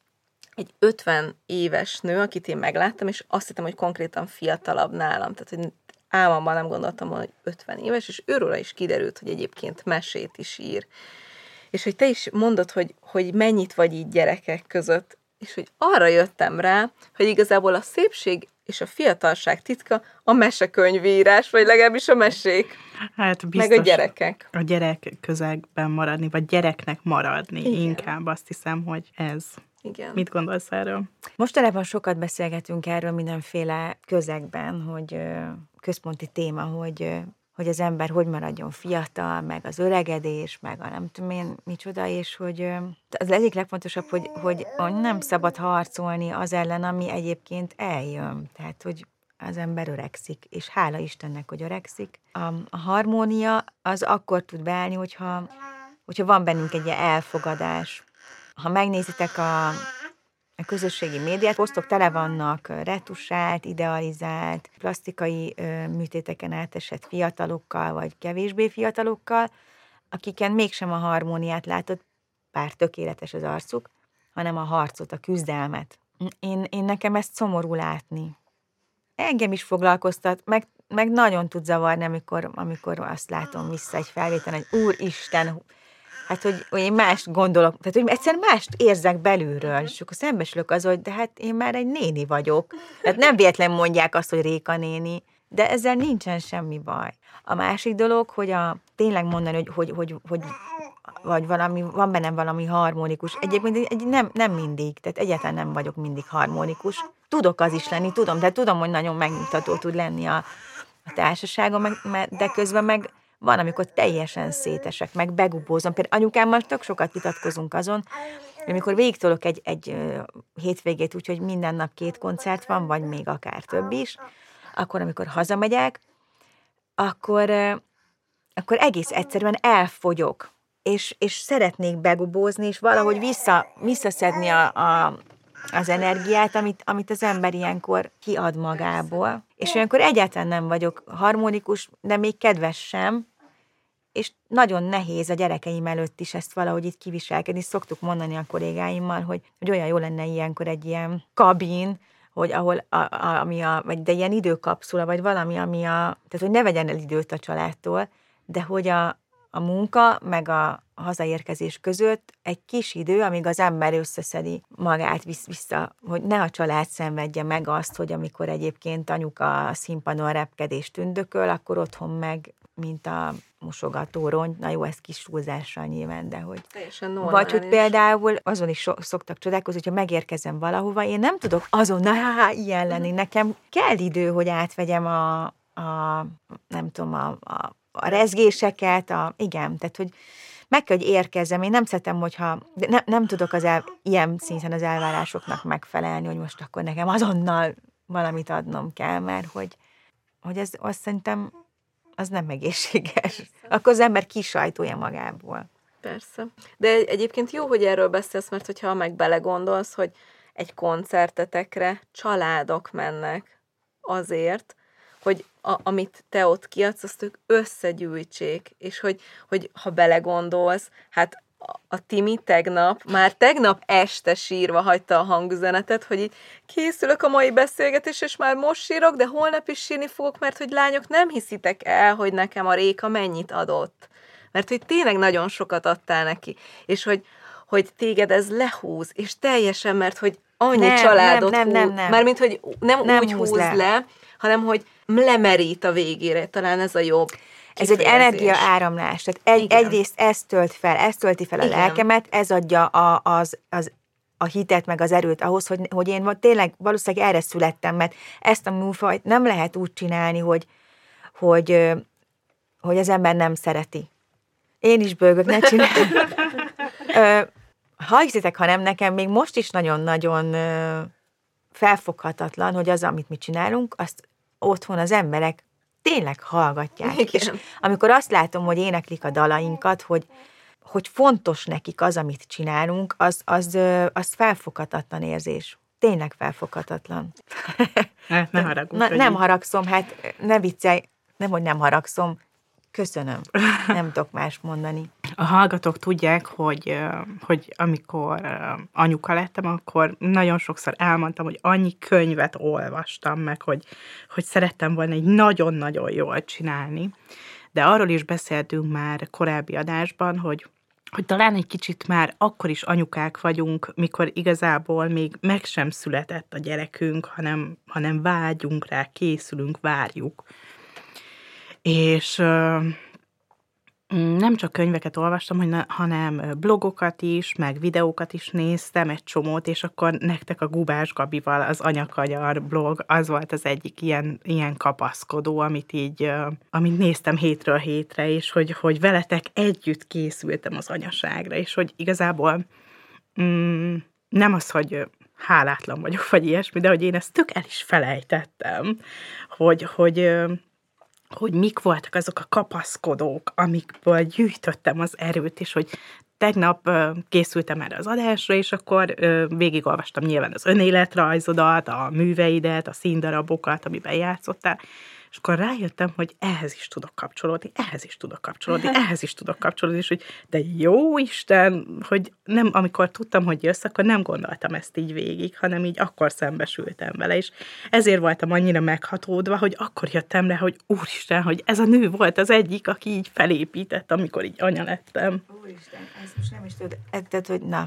egy 50 éves nő, akit én megláttam, és azt hittem, hogy konkrétan fiatalabb nálam. Tehát, hogy álmomban nem gondoltam volna, hogy 50 éves, és őről is kiderült, hogy egyébként mesét is ír. És hogy te is mondod, hogy mennyit vagy így gyerekek között, és hogy arra jöttem rá, hogy igazából a szépség és a fiatalság titka a mesekönyvírás, vagy legalábbis a mesék, hát biztos meg a gyerekek. A gyerek közegben maradni, vagy gyereknek maradni. Igen. Inkább azt hiszem, hogy ez. Igen. Mit gondolsz erről? Mostanában sokat beszélgetünk erről mindenféle közegben, hogy központi téma, hogy az ember hogy maradjon fiatal, meg az öregedés, meg a nem tudom én micsoda, és hogy az egyik legfontosabb, hogy nem szabad harcolni az ellen, ami egyébként eljön. Tehát, hogy az ember öregszik, és hála Istennek, hogy öregszik. A harmónia az akkor tud beállni, hogyha van bennünk egy ilyen elfogadás. Ha megnézitek a közösségi médiát, posztok tele vannak retusált, idealizált, plastikai műtéteken átesett fiatalokkal, vagy kevésbé fiatalokkal, akiken mégsem a harmóniát látod, bár tökéletes az arcuk, hanem a harcot, a küzdelmet. Én nekem ezt szomorú látni. Engem is foglalkoztat, meg nagyon tud zavarni, amikor azt látom vissza egy felvételen, hogy Úristen, hát, hogy én mást gondolok, tehát, hogy egyszerűen mást érzek belülről, és akkor szembesülök az, hogy de hát én már egy néni vagyok. Tehát nem véletlen mondják azt, hogy Réka néni, de ezzel nincsen semmi baj. A másik dolog, hogy tényleg mondani, hogy vagy van bennem valami harmonikus. Egyébként nem mindig, tehát egyáltalán nem vagyok mindig harmonikus. Tudok az is lenni, tudom, hogy nagyon megnyugtató tud lenni a társaságom, de közben meg van, amikor teljesen szétesek, meg begubózom. Például anyukámmal tök sokat vitatkozunk azon, hogy amikor végigtolok egy hétvégét úgy, hogy minden nap 2 koncert van, vagy még akár több is, akkor amikor hazamegyek, akkor egész egyszerűen elfogyok, és szeretnék begubózni, és valahogy visszaszedni az energiát, amit az ember ilyenkor kiad magából. És olyankor egyáltalán nem vagyok harmonikus, de még kedves sem, és nagyon nehéz a gyerekeim előtt is ezt valahogy itt kiviselkedni. Szoktuk mondani a kollégáimmal, hogy olyan jó lenne ilyenkor egy ilyen kabin, hogy ahol, de ilyen időkapszula, vagy valami, tehát hogy ne vegyen el időt a családtól, de hogy a munka, meg a hazaérkezés között egy kis idő, amíg az ember összeszedi magát vissza, hogy ne a család szenvedje meg azt, hogy amikor egyébként anyuka a színpadon repked és tündököl, akkor otthon meg, mint a mosogató rongy, na jó, ez kis túlzással nyilván, de hogy... Teljesen normális. Vagy hogy például azon is szoktak csodálkozni, hogyha megérkezem valahova, én nem tudok ilyen lenni, nekem kell idő, hogy átvegyem nem tudom, a rezgéseket, igen, tehát, hogy meg kell, hogy érkezzem. Én nem szeretem, hogyha nem tudok ilyen szinten az elvárásoknak megfelelni, hogy most akkor nekem azonnal valamit adnom kell, mert hogy ez azt szerintem az nem egészséges. Akkor az ember kisajtolja magából. Persze. De egyébként jó, hogy erről beszélsz, mert hogyha meg belegondolsz, hogy egy koncertetekre családok mennek azért, hogy amit te ott kiadsz, azt ők összegyűjtsék, és hogy ha belegondolsz, hát a Timi már tegnap este sírva hagyta a hangüzenetet, hogy így készülök a mai beszélgetés, és már most sírok, de holnap is sírni fogok, mert hogy lányok, nem hiszitek el, hogy nekem a Réka mennyit adott. Mert hogy tényleg nagyon sokat adtál neki. És hogy téged ez lehúz, és teljesen, mert hogy annyi családot nem. Mármint, hogy nem úgy húz le, hanem hogy lemerít a végére. Talán ez a jobb Ez egy energiaáramlás. Tehát egyrészt ez tölti fel a lelkemet, ez adja a hitet, meg az erőt ahhoz, hogy én tényleg valószínűleg erre születtem, mert ezt a műfajt nem lehet úgy csinálni, hogy az ember nem szereti. Én is bőgök, ne csinálj. Ha hiszitek, ha nem, nekem még most is nagyon-nagyon felfoghatatlan, hogy az, amit mi csinálunk, azt otthon az emberek tényleg hallgatják. Igen. És amikor azt látom, hogy éneklik a dalainkat, hogy fontos nekik az, amit csinálunk, az felfoghatatlan érzés. Tényleg felfoghatatlan. Ne haragudj. Nem haragszom, hát ne viccelj, nemhogy nem haragszom. Köszönöm. Nem tudok más mondani. A hallgatók tudják, hogy amikor anyuka lettem, akkor nagyon sokszor elmondtam, hogy annyi könyvet olvastam meg, hogy szerettem volna egy nagyon-nagyon jól csinálni. De arról is beszéltünk már korábbi adásban, hogy talán egy kicsit már akkor is anyukák vagyunk, mikor igazából még meg sem született a gyerekünk, hanem vágyunk rá, készülünk, várjuk. És nem csak könyveket olvastam, hanem blogokat is, meg videókat is néztem, egy csomót, és akkor nektek a Gubás Gabival az Anyakanyar blog, az volt az egyik ilyen kapaszkodó, amit néztem hétről hétre, és hogy veletek együtt készültem az anyaságra, és hogy igazából nem az, hogy hálátlan vagyok, vagy ilyesmi, de hogy én ezt tök el is felejtettem, hogy mik voltak azok a kapaszkodók, amikből gyűjtöttem az erőt, és hogy tegnap készültem erre az adásra, és akkor végigolvastam nyilván az önéletrajzodat, a műveidet, a színdarabokat, amiben játszottál, és akkor rájöttem, hogy ehhez is tudok kapcsolódni, és hogy de jó Isten, hogy nem, amikor tudtam, hogy jössz, akkor nem gondoltam ezt így végig, hanem így akkor szembesültem vele, és ezért voltam annyira meghatódva, hogy akkor jöttem rá, hogy úristen, hogy ez a nő volt az egyik, aki így felépített, amikor így anya lettem. Úristen, ezt most nem is tudod, tehát, hogy na...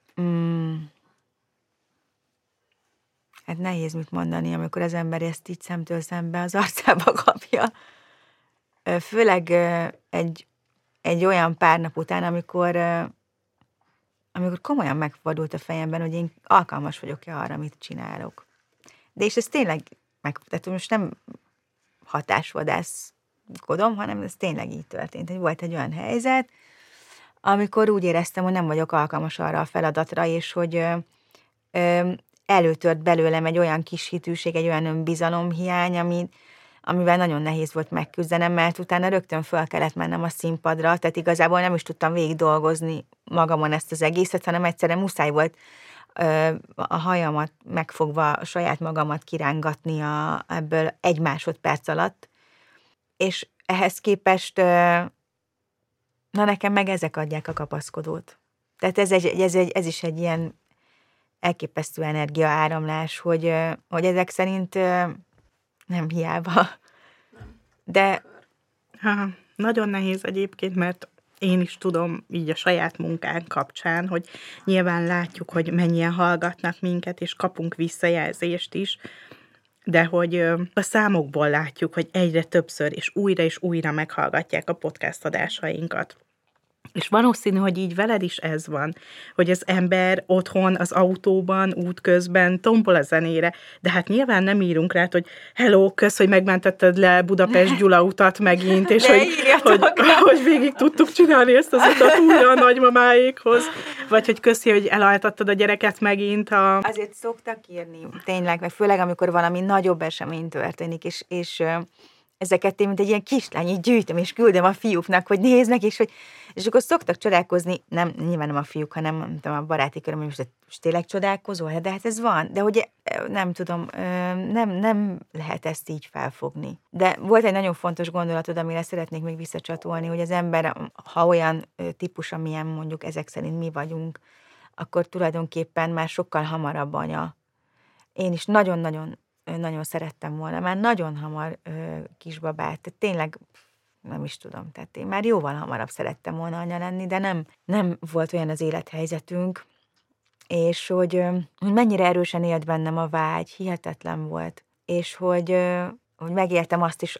Hát nehéz mit mondani, amikor az ember ezt így szemtől szembe az arcába kapja. Főleg egy olyan pár nap után, amikor komolyan megfordult a fejemben, hogy én alkalmas vagyok-e arra, amit csinálok. De és ez tényleg, tehát most nem hatásvadászkodom, hanem ez tényleg így történt. Hogy volt egy olyan helyzet, amikor úgy éreztem, hogy nem vagyok alkalmas arra a feladatra, és hogy előtört belőlem egy olyan kis hitűség, egy olyan önbizalomhiány, amivel nagyon nehéz volt megküzdenem, mert utána rögtön föl kellett mennem a színpadra, tehát igazából nem is tudtam végig dolgozni magamon ezt az egészet, hanem egyszerűen muszáj volt a hajamat megfogva saját magamat kirángatni ebből 1 másodperc alatt, és ehhez képest nekem meg ezek adják a kapaszkodót. Tehát ez is egy ilyen elképesztő energiaáramlás, hogy ezek szerint nem hiába. De... Nagyon nehéz egyébként, mert én is tudom így a saját munkánk kapcsán, hogy nyilván látjuk, hogy mennyien hallgatnak minket, és kapunk visszajelzést is, de hogy a számokból látjuk, hogy egyre többször és újra meghallgatják a podcast adásainkat. És valószínű, hogy így veled is ez van, hogy az ember otthon, az autóban, útközben tombol a zenére, de hát nyilván nem írunk rá, hogy hello, kösz, hogy megmentetted le Budapest-Gyula utat megint, és hogy végig tudtuk csinálni ezt az utat újra a nagymamáékhoz, vagy hogy köszi, hogy elaltattad a gyereket megint. Azért szoktak írni, tényleg, meg főleg, amikor valami nagyobb esemény történik, és ezeket én, mint egy ilyen kislány, így gyűjtöm, és küldöm a fiúknak, hogy néznek, és akkor szoktak csodálkozni, nyilván nem a fiúk, hanem nem tudom, a baráti köröm, hogy most tényleg csodálkozol, de hát ez van. De hogy nem tudom, nem lehet ezt így felfogni. De volt egy nagyon fontos gondolatod, amire szeretnék még visszacsatolni, hogy az ember, ha olyan típus, amilyen mondjuk ezek szerint mi vagyunk, akkor tulajdonképpen már sokkal hamarabb anya. Én is nagyon-nagyon szerettem volna, már nagyon hamar kisbabát, tehát tényleg nem is tudom, tehát én már jóval hamarabb szerettem volna anya lenni, de nem volt olyan az élethelyzetünk, és hogy mennyire erősen élt bennem a vágy, hihetetlen volt, és hogy megértem azt is,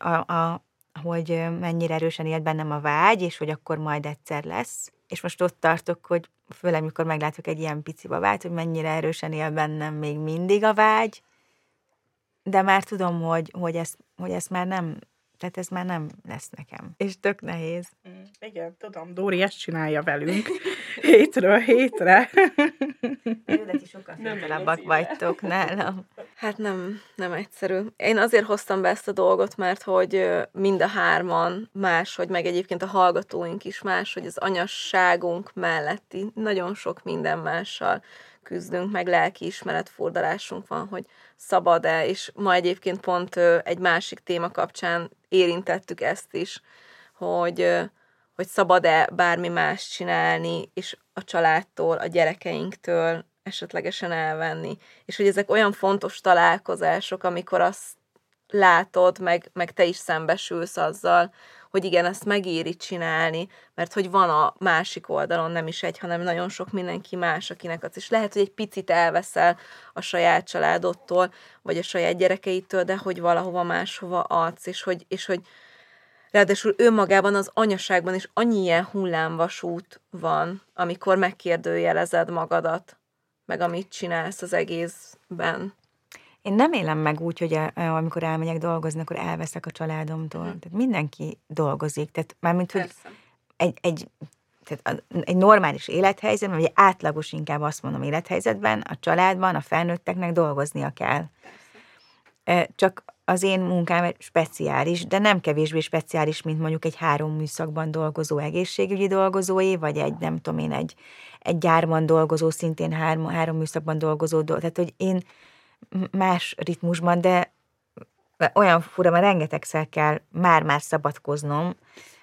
hogy mennyire erősen élt bennem a vágy, és hogy akkor majd egyszer lesz, és most ott tartok, hogy főleg mikor meglátok egy ilyen pici babát, hogy mennyire erősen él bennem még mindig a vágy, de már tudom, hogy ezt már nem, tehát ez már nem lesz nekem. És tök nehéz. Igen, tudom, Dóri ezt csinálja velünk. Hétről hétre. Őnek is sokkal fiatalabbak vagytok nálam. Hát nem egyszerű. Én azért hoztam be ezt a dolgot, mert hogy mind a hárman máshogy, meg egyébként a hallgatóink is máshogy az anyasságunk melletti nagyon sok minden mással küzdünk, meg lelkiismeret furdalásunk van, hogy szabad-e, és ma egyébként pont egy másik téma kapcsán érintettük ezt is, hogy szabad-e bármi más csinálni, és a családtól, a gyerekeinktől esetlegesen elvenni. És hogy ezek olyan fontos találkozások, amikor azt látod, meg te is szembesülsz azzal, hogy igen, ezt megéri csinálni, mert hogy van a másik oldalon nem is egy, hanem nagyon sok mindenki más, akinek az is lehet, hogy egy picit elveszel a saját családodtól, vagy a saját gyerekeitől, de hogy valahova máshova adsz, és hogy ráadásul önmagában az anyaságban is annyi ilyen hullámvasút van, amikor megkérdőjelezed magadat, meg amit csinálsz az egészben. Én nem élem meg úgy, hogy amikor elmegyek dolgozni, akkor elveszek a családomtól. Tehát mindenki dolgozik. Tehát mármint, hogy egy normális élethelyzetben, vagy átlagos, inkább azt mondom, élethelyzetben, a családban, a felnőtteknek dolgoznia kell. Csak az én munkám speciális, de nem kevésbé speciális, mint mondjuk egy 3 műszakban dolgozó egészségügyi dolgozóé, vagy egy gyárban dolgozó, szintén 3 műszakban dolgozó, tehát hogy én más ritmusban, de olyan fura, mert rengetegszer kell már szabadkoznom,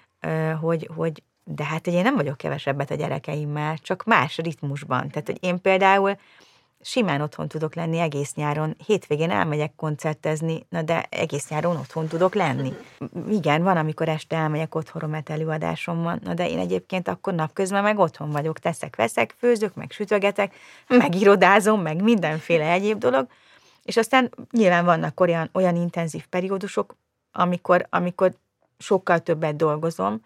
hogy de hát, hogy én nem vagyok kevesebbet a gyerekeimmel, csak más ritmusban. Tehát, hogy én például simán otthon tudok lenni egész nyáron, hétvégén elmegyek koncertezni, na de egész nyáron otthon tudok lenni. Igen, van, amikor este elmegyek otthonra, mert előadásom van, na de én egyébként akkor napközben meg otthon vagyok, veszek, főzök, meg sütögetek, meg irodázom, meg mindenféle egyéb dolog, és aztán nyilván vannak olyan intenzív periódusok, amikor sokkal többet dolgozom,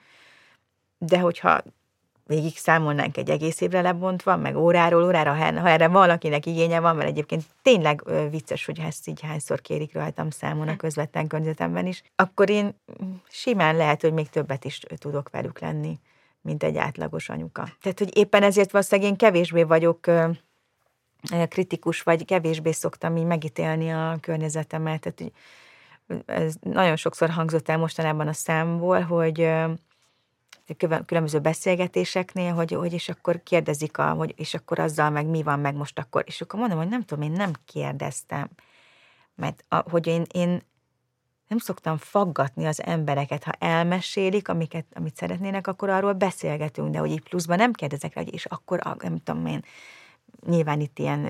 de hogyha végig számolnánk egy egész évre lebontva, meg óráról órára, ha erre valakinek igénye van, mert egyébként tényleg vicces, hogy ezt így hányszor kérik rajtam számon a közvetlen környezetemben is, akkor én simán lehet, hogy még többet is tudok velük lenni, mint egy átlagos anyuka. Tehát, hogy éppen ezért valószínűleg én kevésbé vagyok kritikus, vagy kevésbé szoktam így megítélni a környezetemet. Tehát, ez nagyon sokszor hangzott el mostanában a számból, hogy különböző beszélgetéseknél, hogy és akkor kérdezik, hogy és akkor azzal meg mi van meg most akkor. És akkor mondom, hogy nem tudom, én nem kérdeztem. Mert hogy én nem szoktam faggatni az embereket, ha elmesélik, amit szeretnének, akkor arról beszélgetünk, de hogy így pluszban nem kérdezek rá, hogy és akkor nem tudom én, nyilván itt ilyen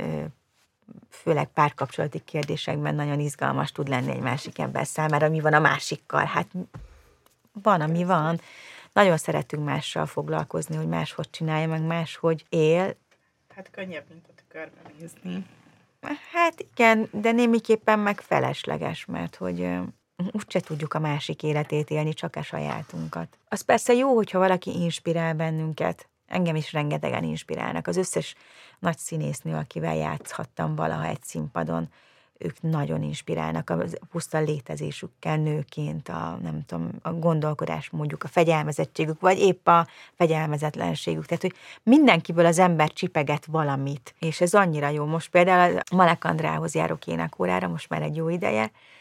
főleg párkapcsolati kérdésekben nagyon izgalmas tud lenni egy másik ember számára, mi van a másikkal. Hát van, ami van. Nagyon szeretünk mással foglalkozni, hogy máshogy csinálja, meg máshogy él. Hát könnyebb, mint a tükörbe nézni. Hát igen, de némiképpen meg felesleges, mert hogy úgyse tudjuk a másik életét élni, csak a sajátunkat. Az persze jó, hogyha valaki inspirál bennünket. Engem is rengetegen inspirálnak. Az összes nagy színésznő, akivel játszhattam valaha egy színpadon, ők nagyon inspirálnak a puszta létezésükkel nőként, a gondolkodásmódjuk, a fegyelmezettségük, vagy épp a fegyelmezetlenségük. Tehát, hogy mindenkiből az ember csipeget valamit, és ez annyira jó. Most például Malek Andrához járok énekórára, most már egy jó ideje,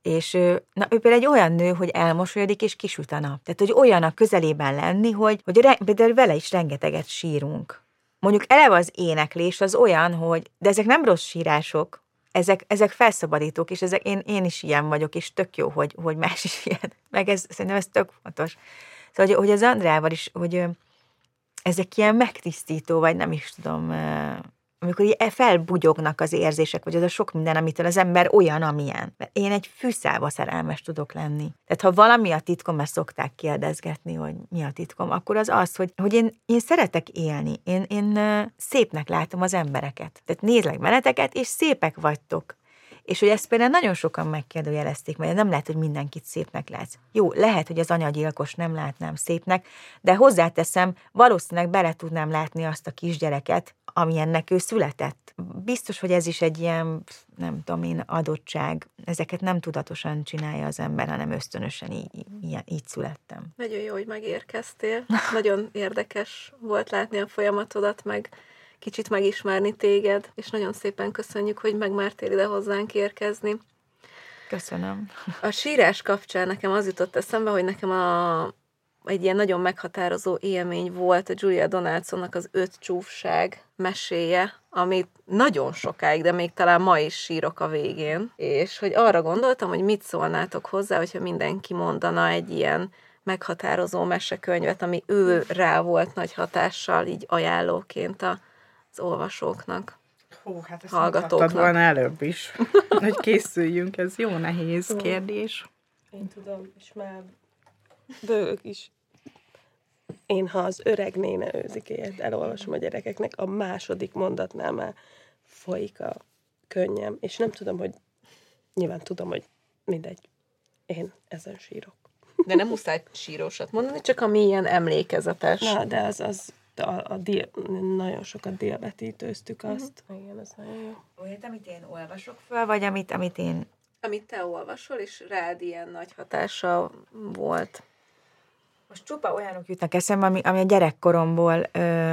És ő például egy olyan nő, hogy elmosolyodik, és kisüt a nap. Tehát, hogy olyan a közelében lenni, hogy például vele is rengeteget sírunk. Mondjuk eleve az éneklés az olyan, hogy, de ezek nem rossz sírások, ezek felszabadítók, és én is ilyen vagyok, és tök jó, hogy más is ilyen. Meg szerintem ez tök fontos. Szóval, hogy az Andrával is, hogy ezek ilyen megtisztító, vagy nem is tudom, amikor így felbugyognak az érzések, vagy az a sok minden, amitől az ember olyan, amilyen. Én egy fűszálba szerelmes tudok lenni. Tehát ha valami a titkom, mert szokták kérdezgetni, hogy mi a titkom, akkor az, hogy én szeretek élni. Én szépnek látom az embereket. Tehát nézlek meneteket, és szépek vagytok. És hogy ezt például nagyon sokan megkérdőjelezték, mert nem lehet, hogy mindenkit szépnek látsz. Jó, lehet, hogy az anyagyilkos nem látnám szépnek, de hozzáteszem, valószínűleg bele tudnám látni azt a kisgyereket, amilyennek ő született. Biztos, hogy ez is egy ilyen, nem tudom én, adottság. Ezeket nem tudatosan csinálja az ember, hanem ösztönösen így születtem. Nagyon jó, hogy megérkeztél. Nagyon érdekes volt látni a folyamatodat, meg kicsit megismerni téged, és nagyon szépen köszönjük, hogy megmertél ide hozzánk érkezni. Köszönöm. A sírás kapcsán nekem az jutott eszembe, hogy nekem egy ilyen nagyon meghatározó élmény volt a Julia Donaldsonnak az 5 csúfság meséje, amit nagyon sokáig, de még talán ma is sírok a végén, és hogy arra gondoltam, hogy mit szólnátok hozzá, hogyha mindenki mondana egy ilyen meghatározó mesekönyvet, ami ő rá volt nagy hatással, így ajánlóként az olvasóknak. Hát ezt hallgatóknak. Volna előbb is, hogy készüljünk, ez jó nehéz kérdés. Én tudom, és már bőgök is. Én, ha az öreg néne őzikéjét elolvasom a gyerekeknek, a második mondatnál már folyik a könnyem, és nem tudom, hogy nyilván tudom, hogy mindegy, én ezen sírok. De nem muszáj sírósat mondani, csak ami ilyen emlékezetes. Na, de nagyon sokat délvetítőztük azt. Igen, az nagyon jó. Olyat, amit én olvasok fel, vagy amit én... Amit te olvasol, és rád ilyen nagy hatása volt. Most csupa olyanok jutnak eszembe, ami a gyerekkoromból,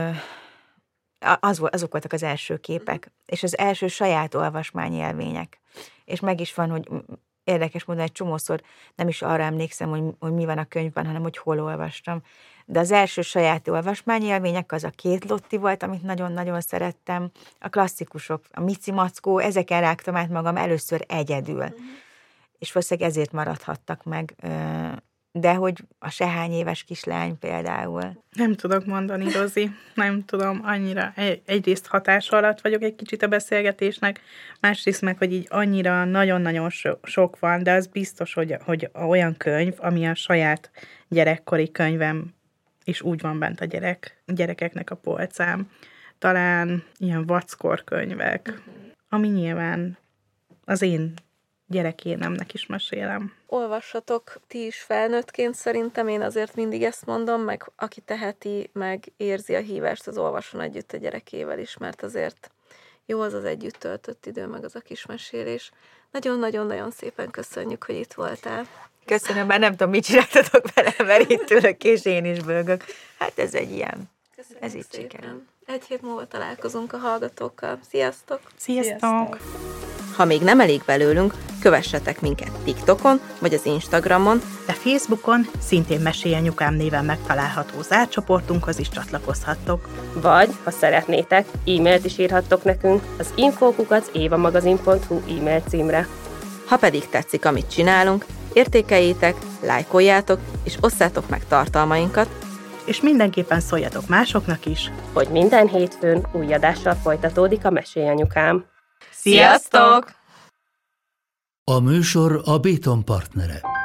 azok voltak az első képek, és az első saját olvasmányélmények. És meg is van, hogy érdekes módon egy csomószor nem is arra emlékszem, hogy mi van a könyvben, hanem hogy hol olvastam. De az első saját olvasmányélmények az a 2 Lotti volt, amit nagyon-nagyon szerettem. A klasszikusok, a Mici Mackó, ezeken rágtam át magam először egyedül. És valószínűleg ezért maradhattak meg. De hogy a sehány éves kislány például. Nem tudok mondani, Rozi. Nem tudom, annyira. Egyrészt hatás alatt vagyok egy kicsit a beszélgetésnek, másrészt meg, hogy így annyira nagyon-nagyon sok van, de az biztos, hogy olyan könyv, ami a saját gyerekkori könyvem is úgy van bent a gyerekeknek a polcán. Talán ilyen vackor könyvek, ami nyilván az én gyerekénemnek is mesélem. Olvassatok ti is felnőttként, szerintem én azért mindig ezt mondom, meg aki teheti, meg érzi a hívást, az olvasson együtt a gyerekével is, mert azért jó az együtt töltött idő, meg az a kis mesélés. Nagyon-nagyon-nagyon szépen köszönjük, hogy itt voltál. Köszönöm, már nem tudom, mit csináltatok vele, mert itt ülök, és én is bőgök. Hát ez egy ilyen. Köszönjük ez így szépen. sikerül. Egy hét múlva találkozunk a hallgatókkal. Sziasztok! Sziasztok! Ha még nem elég belőlünk, kövessetek minket TikTokon vagy az Instagramon, de Facebookon szintén Mesélj Anyukám néven megtalálható zárt csoportunkhoz is csatlakozhattok. Vagy, ha szeretnétek, e-mailt is írhattok nekünk az info@évamagazin.hu e-mail címre. Ha pedig tetszik, amit csinálunk, értékeljétek, lájkoljátok és osszátok meg tartalmainkat, és mindenképpen szóljatok másoknak is, hogy minden hétfőn új adással folytatódik a Mesélj Anyukám. Sziasztok! A műsor a Béton partnere.